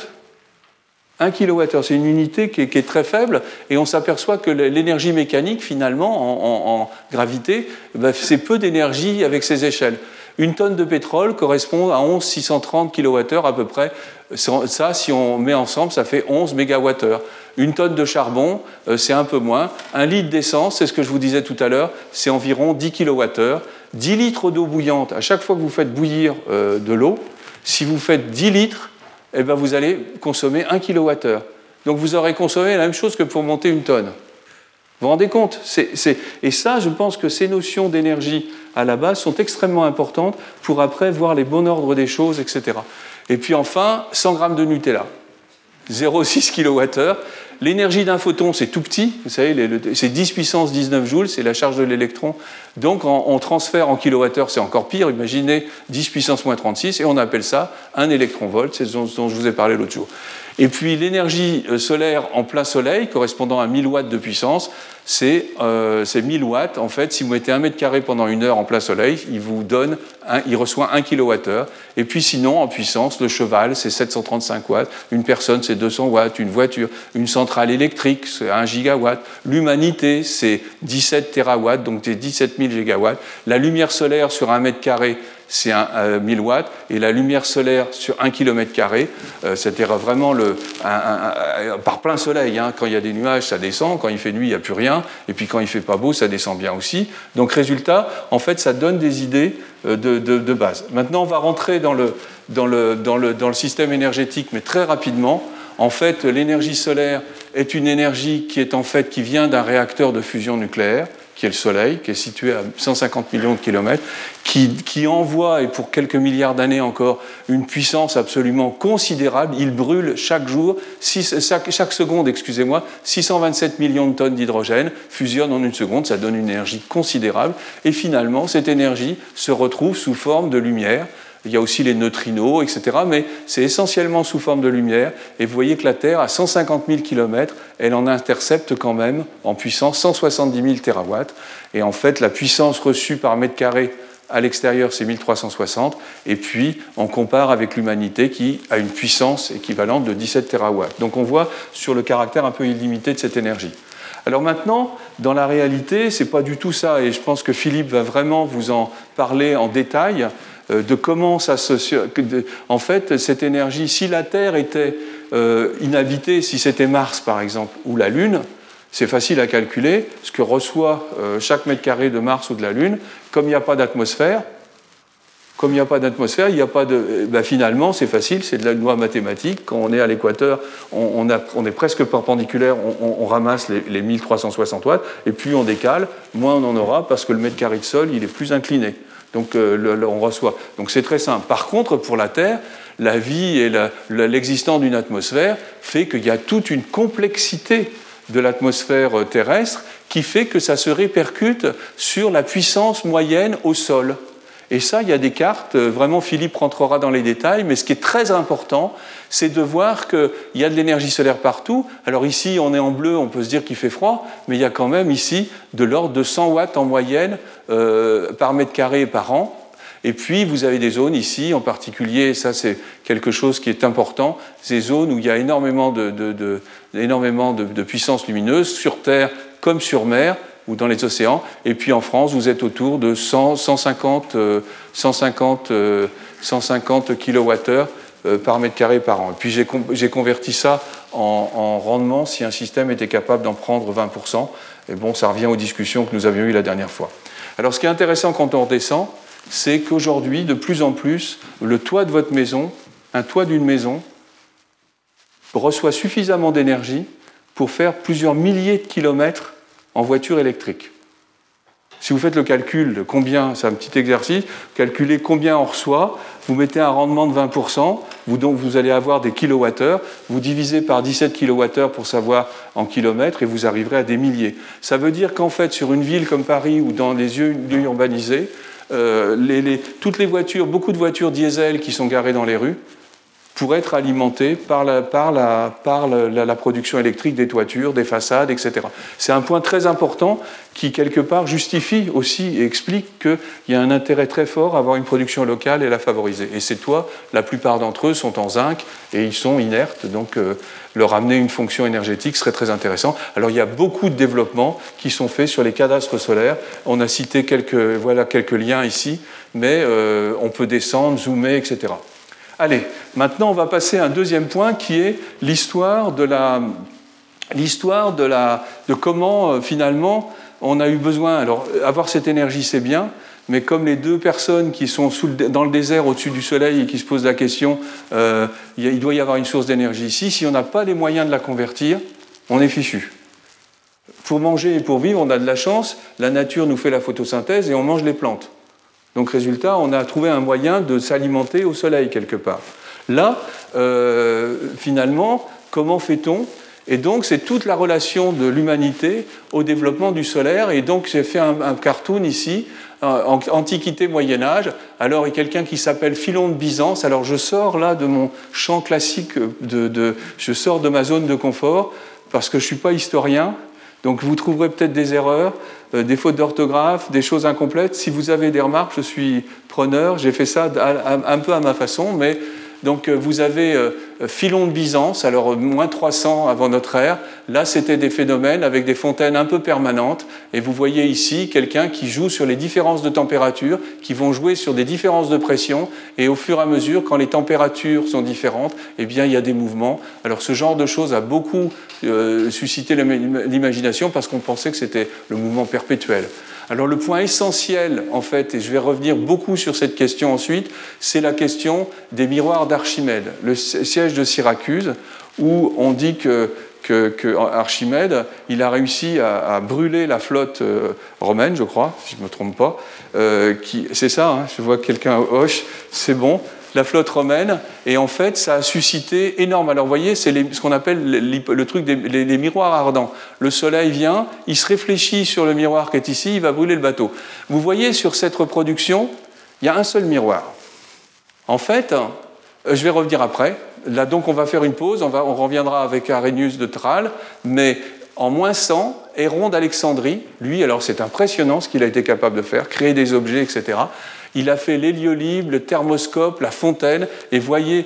un kilowattheure, c'est une unité qui est, qui est très faible, et on s'aperçoit que l'énergie mécanique, finalement, en, en, en gravité, ben, c'est peu d'énergie avec ces échelles. Une tonne de pétrole correspond à onze mille six cent trente kilowattheures à peu près. Ça, si on met ensemble, ça fait onze mégawattheures. Une tonne de charbon, c'est un peu moins. Un litre d'essence, c'est ce que je vous disais tout à l'heure, c'est environ dix kilowattheures. dix litres d'eau bouillante, à chaque fois que vous faites bouillir euh, de l'eau, si vous faites dix litres, eh ben vous allez consommer un kilowattheure. Donc vous aurez consommé la même chose que pour monter une tonne. Vous vous rendez compte ? c'est, c'est... Et ça, je pense que ces notions d'énergie à la base sont extrêmement importantes pour après voir les bons ordres des choses, et cetera. Et puis enfin, cent grammes de Nutella, zéro virgule six kilowattheures. L'énergie d'un photon, c'est tout petit, vous savez, c'est dix puissance dix-neuf joules, c'est la charge de l'électron. Donc on, on transfère en kilowattheure, c'est encore pire, imaginez dix puissance moins trente-six, et on appelle ça un électronvolt, c'est ce dont, dont je vous ai parlé l'autre jour. Et puis l'énergie solaire en plein soleil, correspondant à mille watts de puissance, c'est euh, mille watts. En fait, si vous mettez un mètre carré pendant une heure en plein soleil, il vous donne, un, il reçoit un kilowattheure. Et puis sinon, en puissance, le cheval, c'est sept cent trente-cinq watts. Une personne, c'est deux cents watts. Une voiture, une centrale électrique, c'est un gigawatt. L'humanité, c'est dix-sept térawatts, donc c'est dix-sept mille gigawatts. La lumière solaire sur un mètre carré, c'est euh, mille watts, et la lumière solaire sur un kilomètre carré, euh, c'est-à-dire vraiment le, un, un, un, par plein soleil, hein, quand il y a des nuages, ça descend, quand il fait nuit, il n'y a plus rien, et puis quand il ne fait pas beau, ça descend bien aussi. Donc résultat, en fait, ça donne des idées euh, de, de, de base. Maintenant, on va rentrer dans le, dans, le, dans, le, dans le système énergétique, mais très rapidement. En fait, l'énergie solaire est une énergie qui, est en fait, qui vient d'un réacteur de fusion nucléaire, qui est le Soleil, qui est situé à cent cinquante millions de kilomètres, qui, qui envoie, et pour quelques milliards d'années encore, une puissance absolument considérable. Il brûle chaque jour, six, chaque, chaque seconde, excusez-moi, six cent vingt-sept millions de tonnes d'hydrogène, fusionnent en une seconde, ça donne une énergie considérable, et finalement, cette énergie se retrouve sous forme de lumière. Il y a aussi les neutrinos, et cetera, mais c'est essentiellement sous forme de lumière. Et vous voyez que la Terre, à cent cinquante mille kilomètres, elle en intercepte quand même, en puissance, cent soixante-dix mille térawatts. Et en fait, la puissance reçue par mètre carré à l'extérieur, c'est mille trois cent soixante. Et puis, on compare avec l'humanité qui a une puissance équivalente de dix-sept térawatts. Donc on voit sur le caractère un peu illimité de cette énergie. Alors maintenant, dans la réalité, ce n'est pas du tout ça. Et je pense que Philippe va vraiment vous en parler en détail, de comment ça se... En fait, cette énergie, si la Terre était euh, inhabitée, si c'était Mars par exemple, ou la Lune, c'est facile à calculer, ce que reçoit euh, chaque mètre carré de Mars ou de la Lune, comme il n'y a pas d'atmosphère, comme il n'y a pas d'atmosphère, il n'y a pas de... Ben, finalement, c'est facile, c'est de la loi mathématique. Quand on est à l'équateur, on, on, a, on est presque perpendiculaire, on, on, on ramasse les, les mille trois cent soixante watts, et plus on décale, moins on en aura, parce que le mètre carré de sol, il est plus incliné. Donc euh, le, le, on reçoit. Donc c'est très simple. Par contre, pour la Terre, la vie et la, la, l'existence d'une atmosphère fait qu'il y a toute une complexité de l'atmosphère terrestre qui fait que ça se répercute sur la puissance moyenne au sol. Et ça, il y a des cartes, vraiment Philippe rentrera dans les détails, mais ce qui est très important, c'est de voir qu'il y a de l'énergie solaire partout. Alors ici, on est en bleu, on peut se dire qu'il fait froid, mais il y a quand même ici de l'ordre de cent watts en moyenne euh, par mètre carré par an. Et puis, vous avez des zones ici, en particulier, ça c'est quelque chose qui est important, ces zones où il y a énormément de, de, de, énormément de, de puissance lumineuse, sur Terre comme sur mer, ou dans les océans, et puis en France, vous êtes autour de cent, cent cinquante, cent cinquante, cent cinquante kilowattheures par mètre carré par an. Et puis j'ai, j'ai converti ça en, en rendement si un système était capable d'en prendre vingt pour cent. Et bon, ça revient aux discussions que nous avions eues la dernière fois. Alors ce qui est intéressant quand on redescend, c'est qu'aujourd'hui, de plus en plus, le toit de votre maison, un toit d'une maison, reçoit suffisamment d'énergie pour faire plusieurs milliers de kilomètres en voiture électrique. Si vous faites le calcul de combien, c'est un petit exercice, calculez combien on reçoit, vous mettez un rendement de vingt pour cent, vous, donc vous allez avoir des kilowattheures, vous divisez par dix-sept kilowattheures pour savoir en kilomètres et vous arriverez à des milliers. Ça veut dire qu'en fait, sur une ville comme Paris ou dans les lieux urbanisés, euh, les, les, toutes les voitures, beaucoup de voitures diesel qui sont garées dans les rues, pour être alimenté par, la, par, la, par la, la production électrique des toitures, des façades, et cetera. C'est un point très important qui, quelque part, justifie aussi et explique qu'il y a un intérêt très fort à avoir une production locale et la favoriser. Et ces toits, la plupart d'entre eux sont en zinc et ils sont inertes, donc euh, leur amener une fonction énergétique serait très intéressant. Alors il y a beaucoup de développements qui sont faits sur les cadastres solaires. On a cité quelques, voilà, quelques liens ici, mais euh, on peut descendre, zoomer, et cetera. Allez, maintenant on va passer à un deuxième point qui est l'histoire de, la, l'histoire de, la, de comment euh, finalement on a eu besoin. Alors avoir cette énergie c'est bien, mais comme les deux personnes qui sont sous le, dans le désert au-dessus du soleil et qui se posent la question, euh, il doit y avoir une source d'énergie ici, si on n'a pas les moyens de la convertir, on est fichu. Pour manger et pour vivre, on a de la chance, la nature nous fait la photosynthèse et on mange les plantes. Donc, résultat, on a trouvé un moyen de s'alimenter au soleil quelque part. Là, euh, finalement, comment fait-on ? Et donc, c'est toute la relation de l'humanité au développement du solaire. Et donc, j'ai fait un, un cartoon ici, en Antiquité, Moyen-Âge. Alors, il y a quelqu'un qui s'appelle Philon de Byzance. Alors, je sors là de mon champ classique, de, de, je sors de ma zone de confort, parce que je ne suis pas historien. Donc, vous trouverez peut-être des erreurs, euh, des fautes d'orthographe, des choses incomplètes. Si vous avez des remarques, je suis preneur. J'ai fait ça un peu à ma façon, mais donc vous avez euh, Philon de Byzance, alors moins trois cents avant notre ère. Là, c'était des phénomènes avec des fontaines un peu permanentes. Et vous voyez ici quelqu'un qui joue sur les différences de température, qui vont jouer sur des différences de pression. Et au fur et à mesure, quand les températures sont différentes, eh bien, il y a des mouvements. Alors, ce genre de choses a beaucoup euh, suscité l'imagination parce qu'on pensait que c'était le mouvement perpétuel. Alors le point essentiel, en fait, et je vais revenir beaucoup sur cette question ensuite, c'est la question des miroirs d'Archimède, le siège de Syracuse, où on dit que, que, que Archimède, il a réussi à, à brûler la flotte euh, romaine, je crois, si je ne me trompe pas. Euh, qui, c'est ça, hein, je vois quelqu'un hoche, c'est bon. La flotte romaine, et en fait, ça a suscité énorme. Alors, vous voyez, c'est les, ce qu'on appelle les, le truc des les, les miroirs ardents. Le soleil vient, il se réfléchit sur le miroir qui est ici, il va brûler le bateau. Vous voyez, sur cette reproduction, il y a un seul miroir. En fait, je vais revenir après. Là, donc, on va faire une pause, on, va, on reviendra avec Arrhenius de Tralles, mais en moins cent, Héron d'Alexandrie, lui, alors c'est impressionnant ce qu'il a été capable de faire, créer des objets, et cetera. Il a fait l'héliolib, le thermoscope, la fontaine, et voyez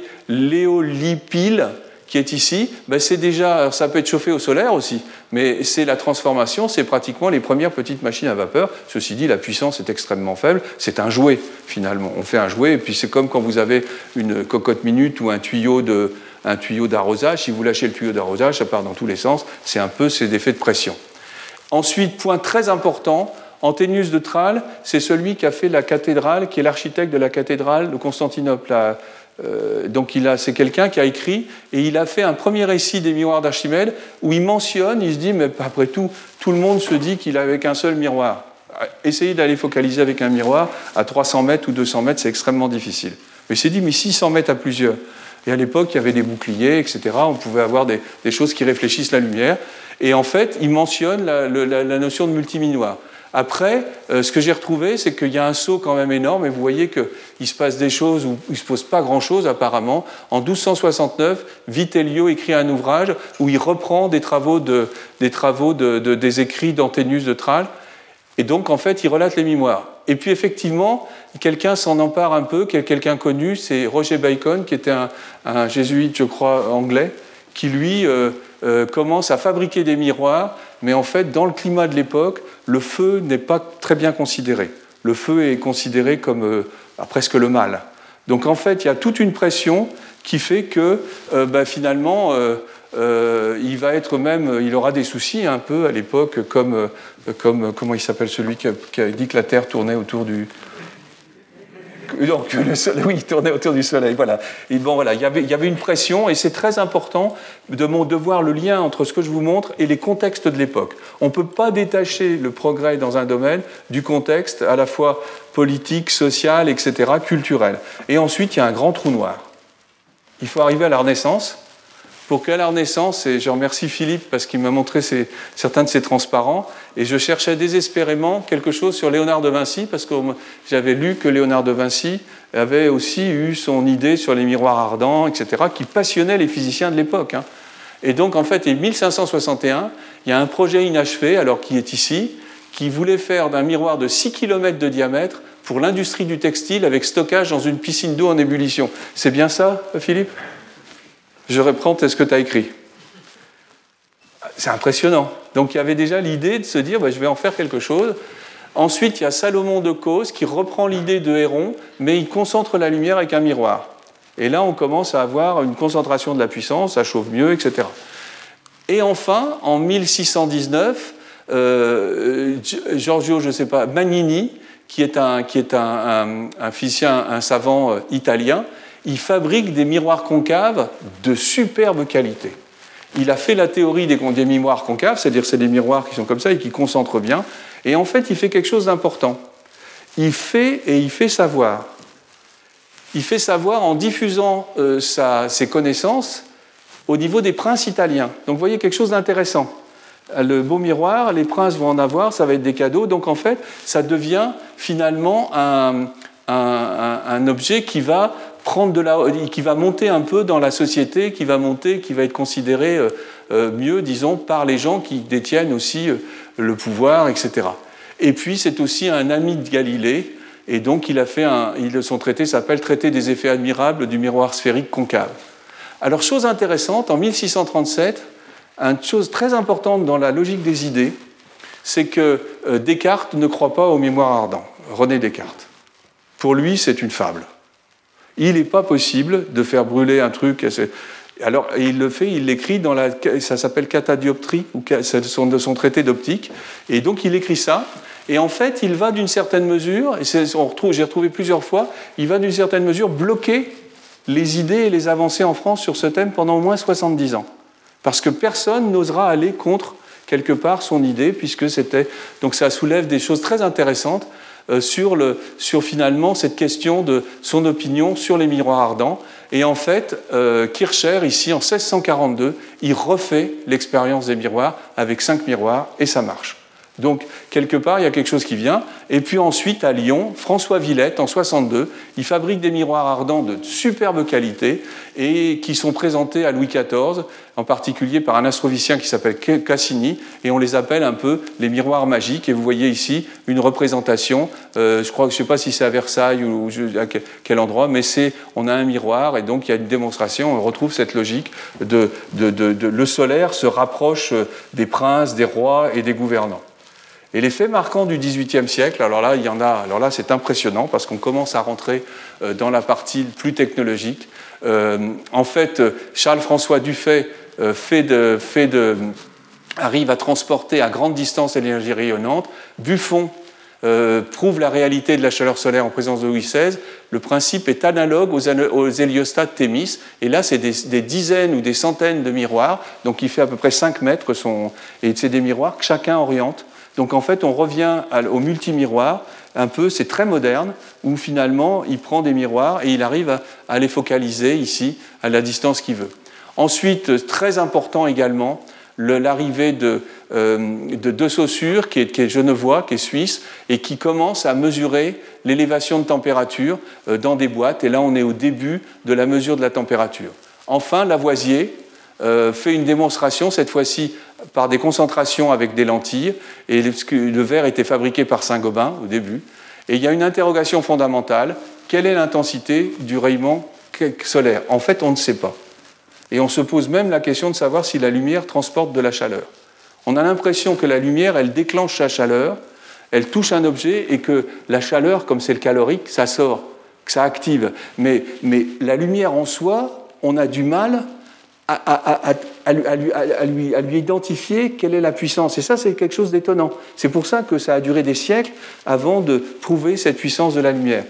l'éolipile qui est ici, ben c'est déjà, ça peut être chauffé au solaire aussi, mais c'est la transformation, c'est pratiquement les premières petites machines à vapeur. Ceci dit, la puissance est extrêmement faible, c'est un jouet finalement. On fait un jouet, et puis c'est comme quand vous avez une cocotte minute ou un tuyau de, un tuyau d'arrosage. Si vous lâchez le tuyau d'arrosage, ça part dans tous les sens. C'est un peu ces effets de pression. Ensuite, point très important, Anténius de Tralles, c'est celui qui a fait la cathédrale, qui est l'architecte de la cathédrale de Constantinople. La, euh, donc il a, c'est quelqu'un qui a écrit, et il a fait un premier récit des miroirs d'Archimède, où il mentionne, il se dit, mais après tout, tout le monde se dit qu'il avait qu'un seul miroir. Essayez d'aller focaliser avec un miroir à trois cents mètres ou deux cents mètres, c'est extrêmement difficile. Mais il s'est dit, mais six cents mètres à plusieurs. Et à l'époque, il y avait des boucliers, et cetera. On pouvait avoir des, des choses qui réfléchissent la lumière. Et en fait, il mentionne la, la, la notion de multiminoir. Après, euh, ce que j'ai retrouvé, c'est qu'il y a un saut quand même énorme, et vous voyez qu'il se passe des choses où il ne se pose pas grand-chose apparemment. En douze cent soixante-neuf, Vitellio écrit un ouvrage où il reprend des travaux, de, des, travaux de, de, des écrits d'Anténius de Tralles, et donc en fait, il relate les mémoires. Et puis effectivement, quelqu'un s'en empare un peu, quelqu'un connu, c'est Roger Bacon, qui était un, un jésuite, je crois, anglais, qui lui euh, euh, commence à fabriquer des miroirs, mais en fait, dans le climat de l'époque, le feu n'est pas très bien considéré. Le feu est considéré comme euh, presque le mal. Donc en fait, il y a toute une pression qui fait que euh, bah, finalement, euh, euh, il va être même, il aura des soucis un peu à l'époque, comme, euh, comme comment il s'appelle celui qui a, qui a dit que la Terre tournait autour du... Donc, le soleil, oui, il tournait autour du soleil. Voilà. Et bon, voilà, il y avait, il y avait une pression, et c'est très important de, mon, de voir le lien entre ce que je vous montre et les contextes de l'époque. On ne peut pas détacher le progrès dans un domaine du contexte à la fois politique, social, et cetera, culturel. Et ensuite, il y a un grand trou noir. Il faut arriver à la Renaissance. Pour qu'à la Renaissance, et je remercie Philippe parce qu'il m'a montré ces, certains de ces transparents, et je cherchais désespérément quelque chose sur Léonard de Vinci, parce que j'avais lu que Léonard de Vinci avait aussi eu son idée sur les miroirs ardents, et cetera, qui passionnait les physiciens de l'époque. Hein. Et donc, en fait, en mille cinq cent soixante et un, il y a un projet inachevé, alors qui est ici, qui voulait faire d'un miroir de six kilomètres de diamètre pour l'industrie du textile avec stockage dans une piscine d'eau en ébullition. C'est bien ça, Philippe ? Je reprends ce que tu as écrit. C'est impressionnant. Donc il y avait déjà l'idée de se dire bah, je vais en faire quelque chose. Ensuite, il y a Salomon de Causse qui reprend l'idée de Héron, mais il concentre la lumière avec un miroir. Et là, on commence à avoir une concentration de la puissance, ça chauffe mieux, et cetera. Et enfin, en mille six cent dix-neuf, euh, Giorgio, je ne sais pas, Magnini, qui est un, qui est un, un, un physicien, un savant italien, il fabrique des miroirs concaves de superbe qualité. Il a fait la théorie des, des miroirs concaves, c'est-à-dire c'est des miroirs qui sont comme ça et qui concentrent bien. Et en fait, il fait quelque chose d'important. Il fait et il fait savoir. Il fait savoir en diffusant euh, sa, ses connaissances au niveau des princes italiens. Donc vous voyez quelque chose d'intéressant. Le beau miroir, les princes vont en avoir, ça va être des cadeaux. Donc en fait, ça devient finalement un, un, un, un objet qui va prendre de la, qui va monter un peu dans la société, qui va monter, qui va être considéré euh, mieux, disons, par les gens qui détiennent aussi euh, le pouvoir, et cetera. Et puis c'est aussi un ami de Galilée, et donc il a fait un, il, son traité s'appelle Traité des effets admirables du miroir sphérique concave. Alors chose intéressante, en mille six cent trente-sept, une chose très importante dans la logique des idées, c'est que euh, Descartes ne croit pas au miroir ardent, René Descartes. Pour lui, c'est une fable. Il n'est pas possible de faire brûler un truc. Alors, il le fait, il l'écrit dans la. Ça s'appelle Catadioptrie, ou c'est de son traité d'optique. Et donc, il écrit ça. Et en fait, il va d'une certaine mesure, et on retrouve, j'ai retrouvé plusieurs fois, il va d'une certaine mesure bloquer les idées et les avancées en France sur ce thème pendant au moins soixante-dix ans. Parce que personne n'osera aller contre, quelque part, son idée, puisque c'était. Donc, ça soulève des choses très intéressantes. Euh, sur, le, sur finalement cette question de son opinion sur les miroirs ardents. Et en fait, euh, Kircher, ici, en seize cent quarante-deux, il refait l'expérience des miroirs avec cinq miroirs, et ça marche. Donc, quelque part, il y a quelque chose qui vient. Et puis ensuite, à Lyon, François Villette, en soixante-deux, il fabrique des miroirs ardents de superbe qualité et qui sont présentés à Louis quatorze, en particulier par un astrovicien qui s'appelle Cassini, et on les appelle un peu les miroirs magiques. Et vous voyez ici une représentation, euh, je crois que je ne sais pas si c'est à Versailles ou à quel endroit, mais c'est, on a un miroir, et donc il y a une démonstration, on retrouve cette logique de, de, de, de le solaire se rapproche des princes, des rois et des gouvernants. Et les faits marquants du dix-huitième siècle, alors là, il y en a, alors là, c'est impressionnant parce qu'on commence à rentrer dans la partie plus technologique. Euh, en fait, Charles-François Dufay euh, fait de, fait de, arrive à transporter à grande distance l'énergie rayonnante. Buffon euh, prouve la réalité de la chaleur solaire en présence de Louis seize. Le principe est analogue aux, aux héliostats de Thémis. Et là, c'est des, des dizaines ou des centaines de miroirs. Donc, il fait à peu près cinq mètres. Son, et c'est des miroirs que chacun oriente. Donc en fait, on revient au multimiroir, un peu, c'est très moderne, où finalement, il prend des miroirs et il arrive à, à les focaliser ici, à la distance qu'il veut. Ensuite, très important également, le, l'arrivée de, euh, de De Saussure, qui est, qui est genevois, qui est suisse, et qui commence à mesurer l'élévation de température euh, dans des boîtes. Et là, on est au début de la mesure de la température. Enfin, Lavoisier euh, fait une démonstration, cette fois-ci, par des concentrations avec des lentilles, et le verre était fabriqué par Saint-Gobain au début. Et il y a une interrogation fondamentale, quelle est l'intensité du rayonnement solaire? En fait, on ne sait pas. Et on se pose même la question de savoir si la lumière transporte de la chaleur. On a l'impression que la lumière, elle déclenche sa chaleur, elle touche un objet, et que la chaleur, comme c'est le calorique, ça sort, que ça active. Mais, mais la lumière en soi, on a du mal À, à, à, à, lui, à, lui, à lui identifier quelle est la puissance. Et ça, c'est quelque chose d'étonnant. C'est pour ça que ça a duré des siècles avant de prouver cette puissance de la lumière.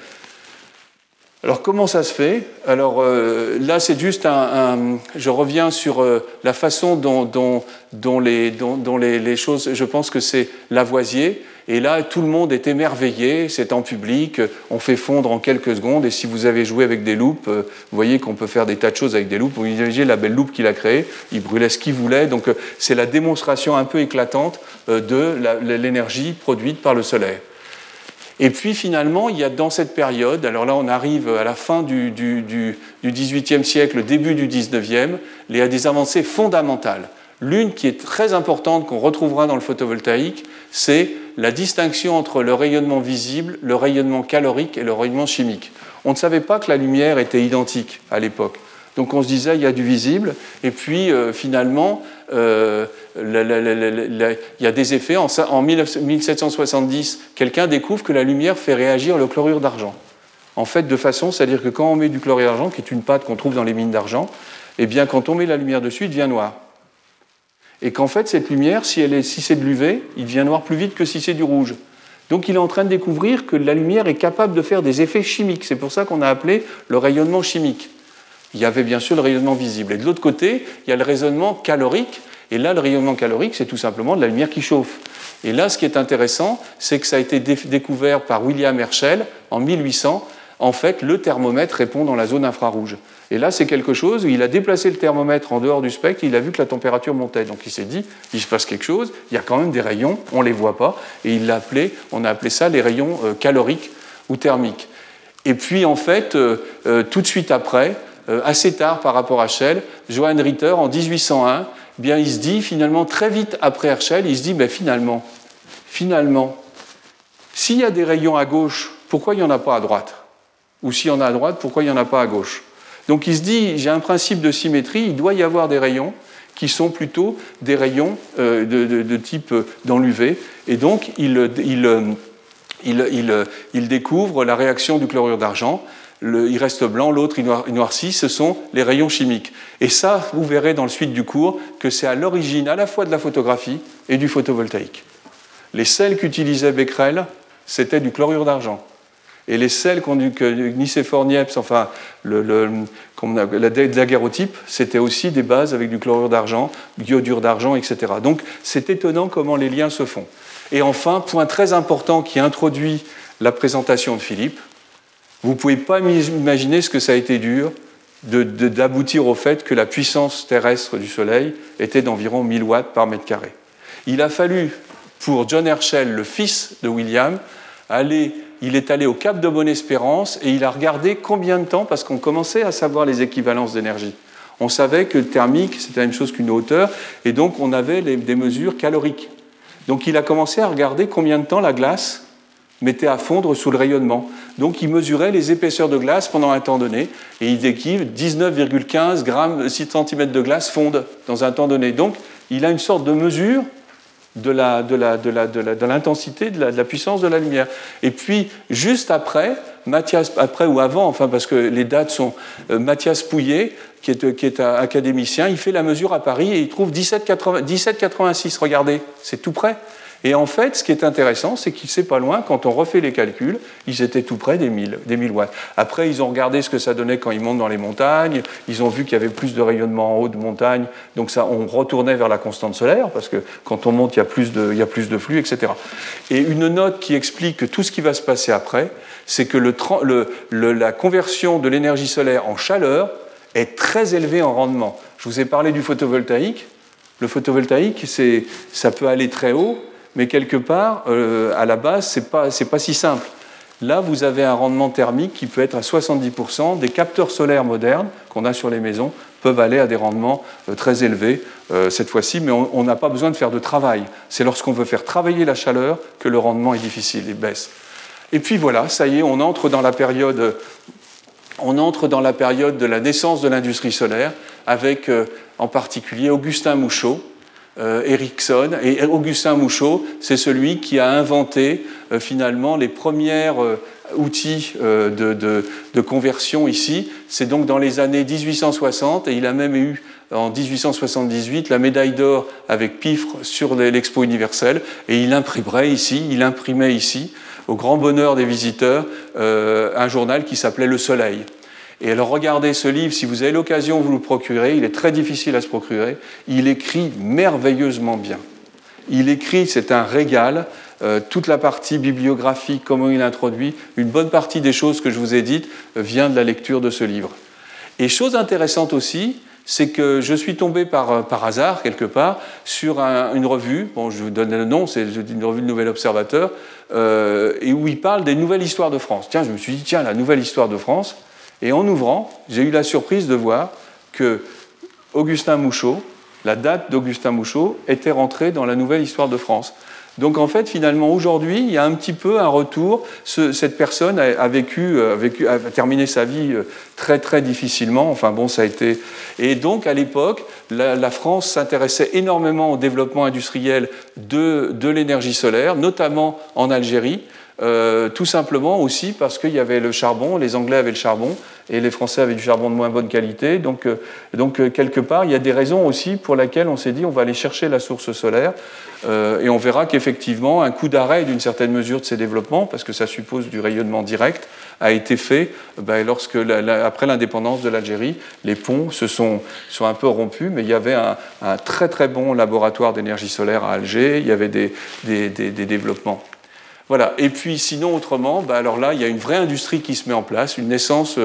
Alors, comment ça se fait? Alors, euh, là, c'est juste un, un... Je reviens sur euh, la façon dont, dont, dont, les, dont, dont les, les choses... Je pense que c'est Lavoisier. Et là, tout le monde est émerveillé, c'est en public, on fait fondre en quelques secondes, et si vous avez joué avec des loupes, vous voyez qu'on peut faire des tas de choses avec des loupes. Vous imaginez la belle loupe qu'il a créée, il brûlait ce qu'il voulait, donc c'est la démonstration un peu éclatante de la, l'énergie produite par le solaire. Et puis finalement, il y a dans cette période, alors là on arrive à la fin du, du, du, du dix-huitième siècle, début du dix-neuvième, il y a des avancées fondamentales. L'une qui est très importante, qu'on retrouvera dans le photovoltaïque, c'est la distinction entre le rayonnement visible, le rayonnement calorique et le rayonnement chimique. On ne savait pas que la lumière était identique à l'époque. Donc on se disait, il y a du visible, et puis euh, finalement, euh, la, la, la, la, la, il y a des effets. En, en mille sept cent soixante-dix, quelqu'un découvre que la lumière fait réagir le chlorure d'argent. En fait, de façon, c'est-à-dire que quand on met du chlorure d'argent, qui est une pâte qu'on trouve dans les mines d'argent, eh bien, quand on met la lumière dessus, il devient noir. Et qu'en fait, cette lumière, si, elle est, si c'est de l'U V, il devient noir plus vite que si c'est du rouge. Donc il est en train de découvrir que la lumière est capable de faire des effets chimiques. C'est pour ça qu'on a appelé le rayonnement chimique. Il y avait bien sûr le rayonnement visible. Et de l'autre côté, il y a le rayonnement calorique. Et là, le rayonnement calorique, c'est tout simplement de la lumière qui chauffe. Et là, ce qui est intéressant, c'est que ça a été dé- découvert par William Herschel en mille huit cents. En fait, le thermomètre répond dans la zone infrarouge. Et là, c'est quelque chose où il a déplacé le thermomètre en dehors du spectre, et il a vu que la température montait. Donc il s'est dit, il se passe quelque chose, il y a quand même des rayons, on ne les voit pas, et il l'a appelé, on a appelé ça les rayons euh, caloriques ou thermiques. Et puis en fait, euh, euh, tout de suite après, euh, assez tard par rapport à Herschel, Johann Ritter, en dix-huit cent un, eh bien, il se dit finalement, très vite après Herschel, il se dit, ben, finalement, finalement, s'il y a des rayons à gauche, pourquoi il n'y en a pas à droite? Ou s'il y en a à droite, pourquoi il n'y en a pas à gauche? Donc il se dit, j'ai un principe de symétrie, il doit y avoir des rayons qui sont plutôt des rayons euh, de, de, de type dans l'U V. Et donc il, il, il, il, il découvre la réaction du chlorure d'argent. Le, il reste blanc, l'autre il, noir, il noircit, ce sont les rayons chimiques. Et ça, vous verrez dans le suite du cours que c'est à l'origine à la fois de la photographie et du photovoltaïque. Les sels qu'utilisait Becquerel, c'était du chlorure d'argent. Et les sels que Nicéphore Niepce, enfin le, le, la daguerreotype, c'était aussi des bases avec du chlorure d'argent, du iodure d'argent, et cetera. Donc c'est étonnant comment les liens se font. Et enfin, point très important qui introduit la présentation de Philippe, vous ne pouvez pas imaginer ce que ça a été dur de, de, d'aboutir au fait que la puissance terrestre du Soleil était d'environ mille watts par mètre carré. Il a fallu, pour John Herschel, le fils de William, aller... Il est allé au Cap de Bonne-Espérance et il a regardé combien de temps, parce qu'on commençait à savoir les équivalences d'énergie. On savait que le thermique, c'était la même chose qu'une hauteur, et donc on avait les, des mesures caloriques. Donc il a commencé à regarder combien de temps la glace mettait à fondre sous le rayonnement. Donc il mesurait les épaisseurs de glace pendant un temps donné, et il dit que dix-neuf virgule quinze grammes, six centimètres de glace fondent dans un temps donné. Donc il a une sorte de mesure de, la, de, la, de, la, de, la, de l'intensité, de la, de la puissance de la lumière. Et puis, juste après, Mathias, après ou avant, enfin parce que les dates sont euh, Mathias Pouillet, qui est, qui est un académicien, il fait la mesure à Paris et il trouve dix-sept virgule quatre-vingt-six. Regardez, c'est tout près. Et en fait, ce qui est intéressant, c'est qu'il c'est pas loin, quand on refait les calculs, ils étaient tout près des mille, des mille watts. Après, ils ont regardé ce que ça donnait quand ils montent dans les montagnes, ils ont vu qu'il y avait plus de rayonnement en haut de montagne, donc ça, on retournait vers la constante solaire, parce que quand on monte, il y a plus de, il y a plus de flux, et cetera. Et une note qui explique que tout ce qui va se passer après, c'est que le, le, le, la conversion de l'énergie solaire en chaleur est très élevée en rendement. Je vous ai parlé du photovoltaïque. Le photovoltaïque, c'est, ça peut aller très haut, mais quelque part, euh, à la base, ce n'est pas, c'est pas si simple. Là, vous avez un rendement thermique qui peut être à soixante-dix pour cent. Des capteurs solaires modernes qu'on a sur les maisons peuvent aller à des rendements euh, très élevés euh, cette fois-ci, mais on n'a pas besoin de faire de travail. C'est lorsqu'on veut faire travailler la chaleur que le rendement est difficile et baisse. Et puis voilà, ça y est, on entre dans la période, on entre dans la période de la naissance de l'industrie solaire, avec euh, en particulier Augustin Mouchot, Euh, Ericsson. Et Augustin Mouchot, c'est celui qui a inventé euh, finalement les premiers euh, outils euh, de, de, de conversion ici. C'est donc dans les années dix-huit cent soixante, et il a même eu en dix-huit cent soixante-dix-huit la médaille d'or avec Piffre sur l'Expo universelle, et il imprimerait ici, il imprimait ici, au grand bonheur des visiteurs, euh, un journal qui s'appelait Le Soleil. Et alors regardez ce livre, si vous avez l'occasion, vous le procurez, il est très difficile à se procurer, il écrit merveilleusement bien. Il écrit, c'est un régal, euh, toute la partie bibliographique, comment il introduit, une bonne partie des choses que je vous ai dites euh, vient de la lecture de ce livre. Et chose intéressante aussi, c'est que je suis tombé par, par hasard, quelque part, sur un, une revue, bon, je vous donne le nom, c'est une revue de Nouvel Observateur, euh, et où il parle des nouvelles histoires de France. Tiens, je me suis dit, tiens, la nouvelle histoire de France. Et en ouvrant, j'ai eu la surprise de voir que Augustin Mouchot, la date d'Augustin Mouchot, était rentrée dans la nouvelle histoire de France. Donc en fait, finalement, aujourd'hui, il y a un petit peu un retour. Ce, cette personne a, a, vécu, a, vécu, a terminé sa vie très très difficilement. Enfin bon, ça a été. Et donc à l'époque, la, la France s'intéressait énormément au développement industriel de, de l'énergie solaire, notamment en Algérie. Euh, tout simplement aussi parce qu'il y avait le charbon, les Anglais avaient le charbon et les Français avaient du charbon de moins bonne qualité. Donc, euh, donc euh, quelque part, il y a des raisons aussi pour lesquelles on s'est dit on va aller chercher la source solaire euh, et on verra qu'effectivement un coup d'arrêt d'une certaine mesure de ces développements, parce que ça suppose du rayonnement direct, a été fait ben, lorsque, la, la, après l'indépendance de l'Algérie, les ponts se sont, sont un peu rompus, mais il y avait un, un très très bon laboratoire d'énergie solaire à Alger, il y avait des, des, des, des développements. Voilà. Et puis sinon, autrement, bah alors là, il y a une vraie industrie qui se met en place, une naissance,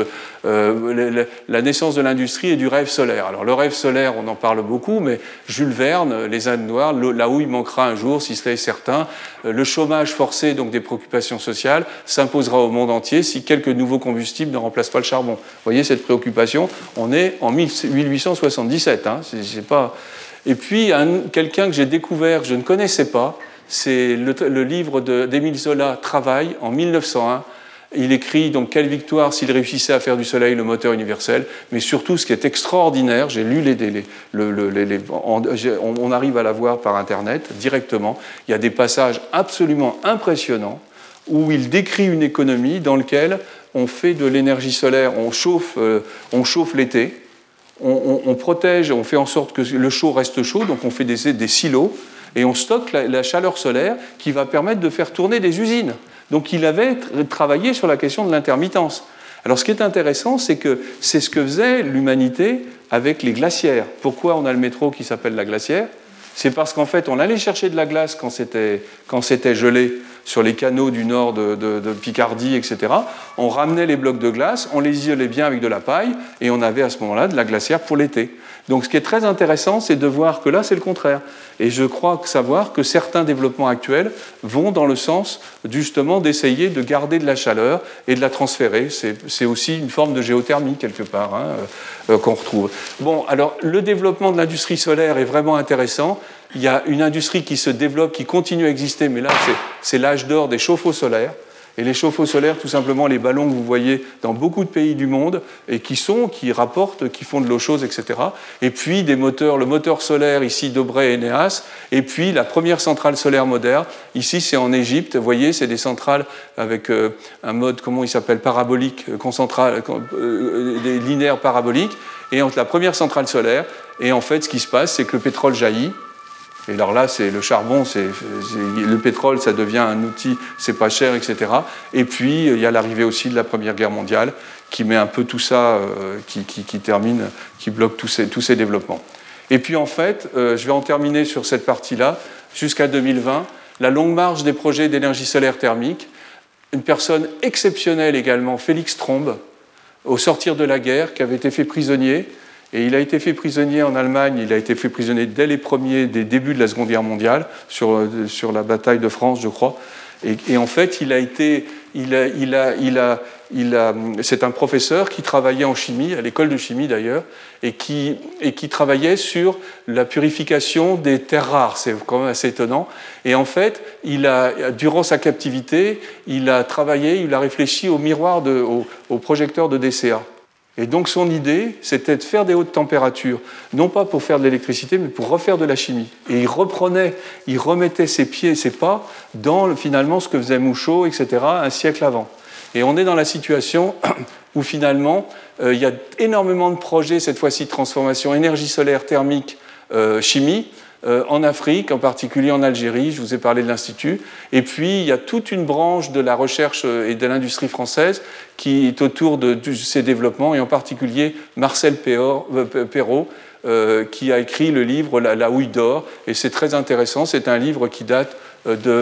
euh, la, la naissance de l'industrie et du rêve solaire. Alors le rêve solaire, on en parle beaucoup, mais Jules Verne, Les ânes noirs, là où il manquera un jour, si cela est certain, le chômage forcé, donc des préoccupations sociales, s'imposera au monde entier si quelques nouveaux combustibles ne remplacent pas le charbon. Vous voyez cette préoccupation, on est en mille huit cent soixante-dix-sept, hein, c'est, c'est pas... Et puis quelqu'un que j'ai découvert, que je ne connaissais pas, c'est le, le livre de, d'Émile Zola, Travail, en mille neuf cent un. Il écrit donc quelle victoire s'il réussissait à faire du soleil le moteur universel, mais surtout ce qui est extraordinaire, j'ai lu les, les, les, les, les on, on arrive à la voir par Internet directement, il y a des passages absolument impressionnants où il décrit une économie dans laquelle on fait de l'énergie solaire, on chauffe, euh, on chauffe l'été, on, on, on protège, on fait en sorte que le chaud reste chaud, donc on fait des, des silos, et on stocke la, la chaleur solaire qui va permettre de faire tourner des usines. Donc il avait travaillé sur la question de l'intermittence. Alors ce qui est intéressant, c'est que c'est ce que faisait l'humanité avec les glacières. Pourquoi on a le métro qui s'appelle la glacière ? C'est parce qu'en fait, on allait chercher de la glace quand c'était, quand c'était gelé sur les canaux du nord de, de, de Picardie, et cetera. On ramenait les blocs de glace, on les isolait bien avec de la paille, et on avait à ce moment-là de la glacière pour l'été. Donc ce qui est très intéressant, c'est de voir que là, c'est le contraire. Et je crois savoir que certains développements actuels vont dans le sens, justement, d'essayer de garder de la chaleur et de la transférer. C'est, c'est aussi une forme de géothermie, quelque part, hein, euh, qu'on retrouve. Bon, alors, le développement de l'industrie solaire est vraiment intéressant. Il y a une industrie qui se développe, qui continue à exister, mais là, c'est, c'est l'âge d'or des chauffe-eau solaires. Et les chauffe-eau solaires, tout simplement, les ballons que vous voyez dans beaucoup de pays du monde, et qui sont, qui rapportent, qui font de l'eau chaude, et cetera. Et puis des moteurs, le moteur solaire ici d'Aubrey et Néas, et puis la première centrale solaire moderne. Ici, c'est en Égypte. Vous voyez, c'est des centrales avec euh, un mode, comment il s'appelle, parabolique, concentral, euh, des linéaires paraboliques. Et entre la première centrale solaire, et en fait, ce qui se passe, c'est que le pétrole jaillit. Et alors là, c'est le charbon, c'est, c'est, le pétrole, ça devient un outil, c'est pas cher, et cetera. Et puis, il y a l'arrivée aussi de la Première Guerre mondiale qui met un peu tout ça, euh, qui, qui, qui termine, qui bloque tous ces, tous ces développements. Et puis, en fait, euh, je vais en terminer sur cette partie-là, jusqu'à deux mille vingt, la longue marche des projets d'énergie solaire thermique. Une personne exceptionnelle également, Félix Trombe, au sortir de la guerre, qui avait été fait prisonnier. Et il a été fait prisonnier en Allemagne, il a été fait prisonnier dès les premiers, des débuts de la Seconde Guerre mondiale, sur, sur la bataille de France, je crois. Et, et en fait, il a été, il a, il a, il a, il a, c'est un professeur qui travaillait en chimie, à l'école de chimie d'ailleurs, et qui, et qui travaillait sur la purification des terres rares. C'est quand même assez étonnant. Et en fait, il a, durant sa captivité, il a travaillé, il a réfléchi au miroir, de, au, au projecteur de D C A. Et donc son idée, c'était de faire des hautes températures, non pas pour faire de l'électricité, mais pour refaire de la chimie. Et il reprenait, il remettait ses pieds et ses pas dans finalement ce que faisait Mouchot, et cetera, un siècle avant. Et on est dans la situation où finalement, euh, il y a énormément de projets, cette fois-ci de transformation énergie solaire, thermique, euh, chimie, Euh, en Afrique, en particulier en Algérie, je vous ai parlé de l'Institut, et puis il y a toute une branche de la recherche et de l'industrie française qui est autour de, de ces développements, et en particulier Marcel Perrault, euh, qui a écrit le livre La, la houille d'or, et c'est très intéressant, c'est un livre qui date de...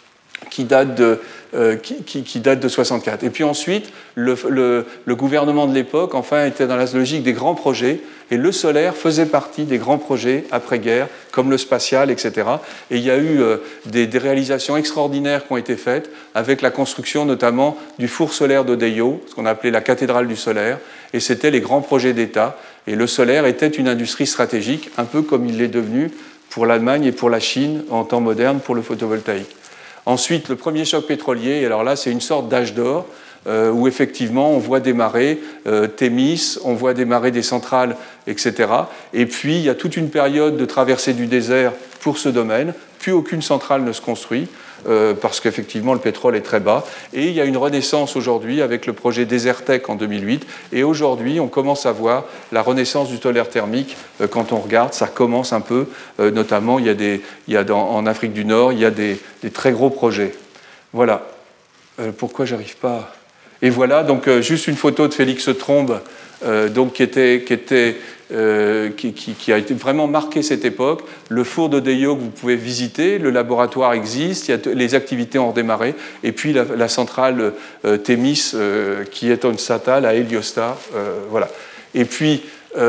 qui date de, euh, qui, qui, qui date de soixante-quatre. Et puis ensuite, le, le, le gouvernement de l'époque, enfin, était dans la logique des grands projets, et le solaire faisait partie des grands projets après-guerre, comme le spatial, et cetera. Et il y a eu euh, des, des réalisations extraordinaires qui ont été faites, avec la construction notamment du four solaire d'Odeyo, ce qu'on appelait la cathédrale du solaire, et c'était les grands projets d'État. Et le solaire était une industrie stratégique, un peu comme il l'est devenu pour l'Allemagne et pour la Chine en temps moderne pour le photovoltaïque. Ensuite, le premier choc pétrolier, et alors là, c'est une sorte d'âge d'or, euh, où effectivement, on voit démarrer euh, Thémis, on voit démarrer des centrales, et cetera. Et puis, il y a toute une période de traversée du désert pour ce domaine. Plus aucune centrale ne se construit, euh, parce qu'effectivement, le pétrole est très bas. Et il y a une renaissance aujourd'hui avec le projet Desertec en deux mille huit. Et aujourd'hui, on commence à voir la renaissance du solaire thermique. Euh, quand on regarde, ça commence un peu. Euh, notamment, il y a des, il y a dans, en Afrique du Nord, il y a des, des très gros projets. Voilà. Euh, pourquoi j'arrive pas à... Et voilà, donc euh, juste une photo de Félix Trombe, euh, donc, qui, était, qui, était, euh, qui, qui, qui a été vraiment marqué cette époque. Le four de Deyo que vous pouvez visiter, le laboratoire existe, il y a les activités ont redémarré, et puis la, la centrale euh, Thémis, euh, qui est une Satal à Heliostar, euh, voilà. Et puis,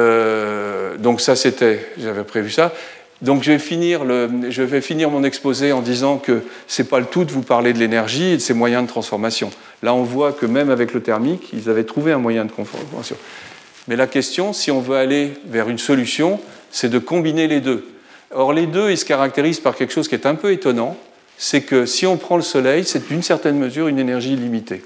euh, donc ça c'était, j'avais prévu ça. Donc je vais, finir le, je vais finir mon exposé en disant que ce n'est pas le tout de vous parler de l'énergie et de ses moyens de transformation. Là, on voit que même avec le thermique, ils avaient trouvé un moyen de transformation. Mais la question, si on veut aller vers une solution, c'est de combiner les deux. Or, les deux, ils se caractérisent par quelque chose qui est un peu étonnant, c'est que si on prend le Soleil, c'est d'une certaine mesure une énergie limitée,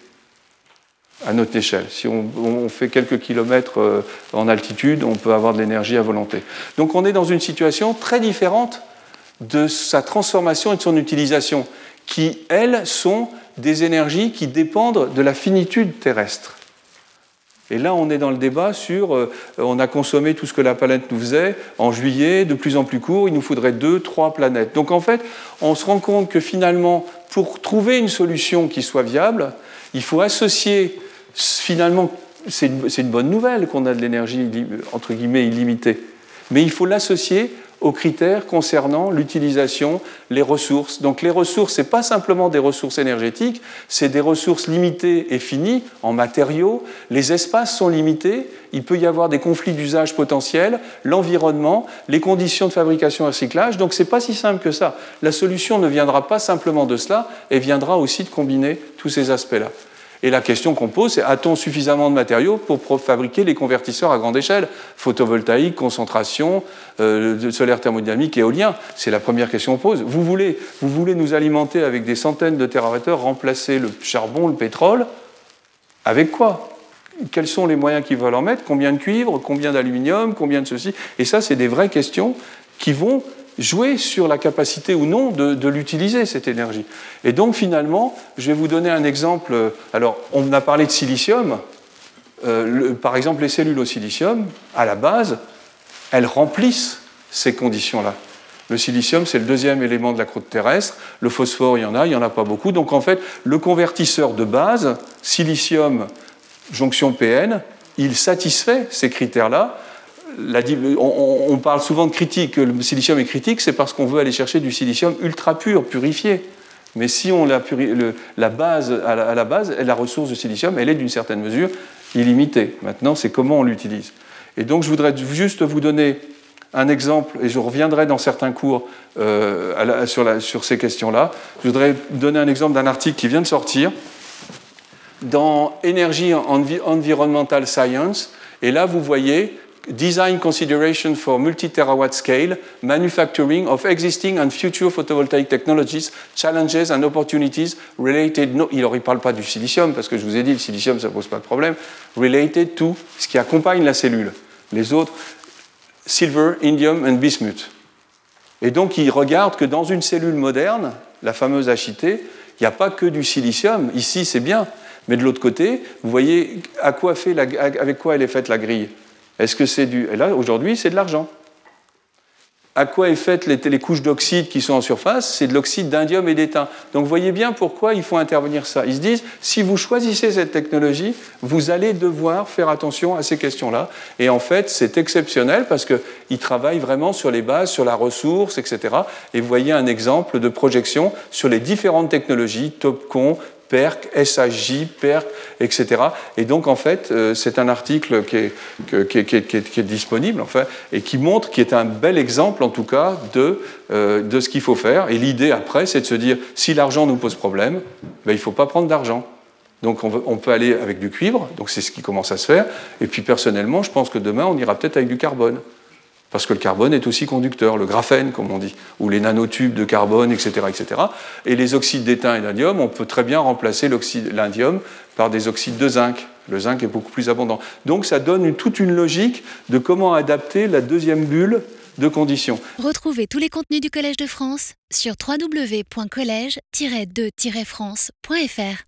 à notre échelle. Si on, on fait quelques kilomètres en altitude, on peut avoir de l'énergie à volonté. Donc on est dans une situation très différente de sa transformation et de son utilisation, qui, elles, sont des énergies qui dépendent de la finitude terrestre. Et là, on est dans le débat sur, euh, on a consommé tout ce que la planète nous faisait, en juillet, de plus en plus court, il nous faudrait deux, trois planètes. Donc en fait, on se rend compte que finalement, pour trouver une solution qui soit viable, il faut associer, finalement, c'est une, c'est une bonne nouvelle qu'on a de l'énergie, entre guillemets, illimitée, mais il faut l'associer aux critères concernant l'utilisation, les ressources. Donc les ressources, ce n'est pas simplement des ressources énergétiques, c'est des ressources limitées et finies en matériaux. Les espaces sont limités, il peut y avoir des conflits d'usage potentiels, l'environnement, les conditions de fabrication et recyclage. Donc ce n'est pas si simple que ça. La solution ne viendra pas simplement de cela, elle viendra aussi de combiner tous ces aspects-là. Et la question qu'on pose, c'est a-t-on suffisamment de matériaux pour fabriquer les convertisseurs à grande échelle, photovoltaïque, concentration, euh, solaire thermodynamique, éolien? C'est la première question qu'on pose. Vous voulez, vous voulez nous alimenter avec des centaines de térawattheures, remplacer le charbon, le pétrole? Avec quoi? Quels sont les moyens qu'ils veulent en mettre? Combien de cuivre? Combien d'aluminium? Combien de ceci? Et ça, c'est des vraies questions qui vont jouer sur la capacité ou non de, de l'utiliser, cette énergie. Et donc, finalement, je vais vous donner un exemple. Alors, on a parlé de silicium. Euh, le, par exemple, les cellules au silicium, à la base, elles remplissent ces conditions-là. Le silicium, c'est le deuxième élément de la croûte terrestre. Le phosphore, il y en a, il n'y en a pas beaucoup. Donc, en fait, le convertisseur de base, silicium, jonction P N, il satisfait ces critères-là. La, on, on parle souvent de critique, que le silicium est critique, c'est parce qu'on veut aller chercher du silicium ultra pur, purifié. Mais si on la, puri, le, la base, à la, à la base, la ressource de silicium, elle est d'une certaine mesure illimitée. Maintenant, c'est comment on l'utilise. Et donc, je voudrais juste vous donner un exemple, et je reviendrai dans certains cours euh, à la, sur, la, sur ces questions-là. Je voudrais donner un exemple d'un article qui vient de sortir dans Energy Envi- Environmental Science. Et là, vous voyez Design Consideration for Multi-Terawatt Scale, Manufacturing of Existing and Future Photovoltaic Technologies, Challenges and Opportunities Related, no, il ne parle pas du silicium, parce que je vous ai dit, le silicium, ça ne pose pas de problème, related to ce qui accompagne la cellule. Les autres, silver, indium and bismuth. Et donc, il regarde que dans une cellule moderne, la fameuse H I T, il n'y a pas que du silicium. Ici, c'est bien. Mais de l'autre côté, vous voyez à quoi fait la, avec quoi elle est faite la grille. Est-ce que c'est du... Et là, aujourd'hui, c'est de l'argent. À quoi est faite les, les couches d'oxyde qui sont en surface? C'est de l'oxyde d'indium et d'étain. Donc, vous voyez bien pourquoi il faut intervenir ça. Ils se disent, si vous choisissez cette technologie, vous allez devoir faire attention à ces questions-là. Et en fait, c'est exceptionnel parce qu'ils travaillent vraiment sur les bases, sur la ressource, et cetera. Et vous voyez un exemple de projection sur les différentes technologies, TOPCon, PERC, S H J, PERC, et cetera. Et donc, en fait, euh, c'est un article qui est, qui, est, qui, est, qui, est, qui est disponible, enfin, et qui montre, qui est un bel exemple, en tout cas, de, euh, de ce qu'il faut faire. Et l'idée, après, c'est de se dire, si l'argent nous pose problème, ben, il ne faut pas prendre d'argent. Donc, on, veut, on peut aller avec du cuivre, donc c'est ce qui commence à se faire. Et puis, personnellement, je pense que demain, on ira peut-être avec du carbone. Parce que le carbone est aussi conducteur, le graphène, comme on dit, ou les nanotubes de carbone, et cetera, et cetera. Et les oxydes d'étain et d'indium, on peut très bien remplacer l'indium par des oxydes de zinc. Le zinc est beaucoup plus abondant. Donc ça donne une, toute une logique de comment adapter la deuxième bulle de conditions. Retrouvez tous les contenus du Collège de France sur w w w point collège tiret de tiret france point f r.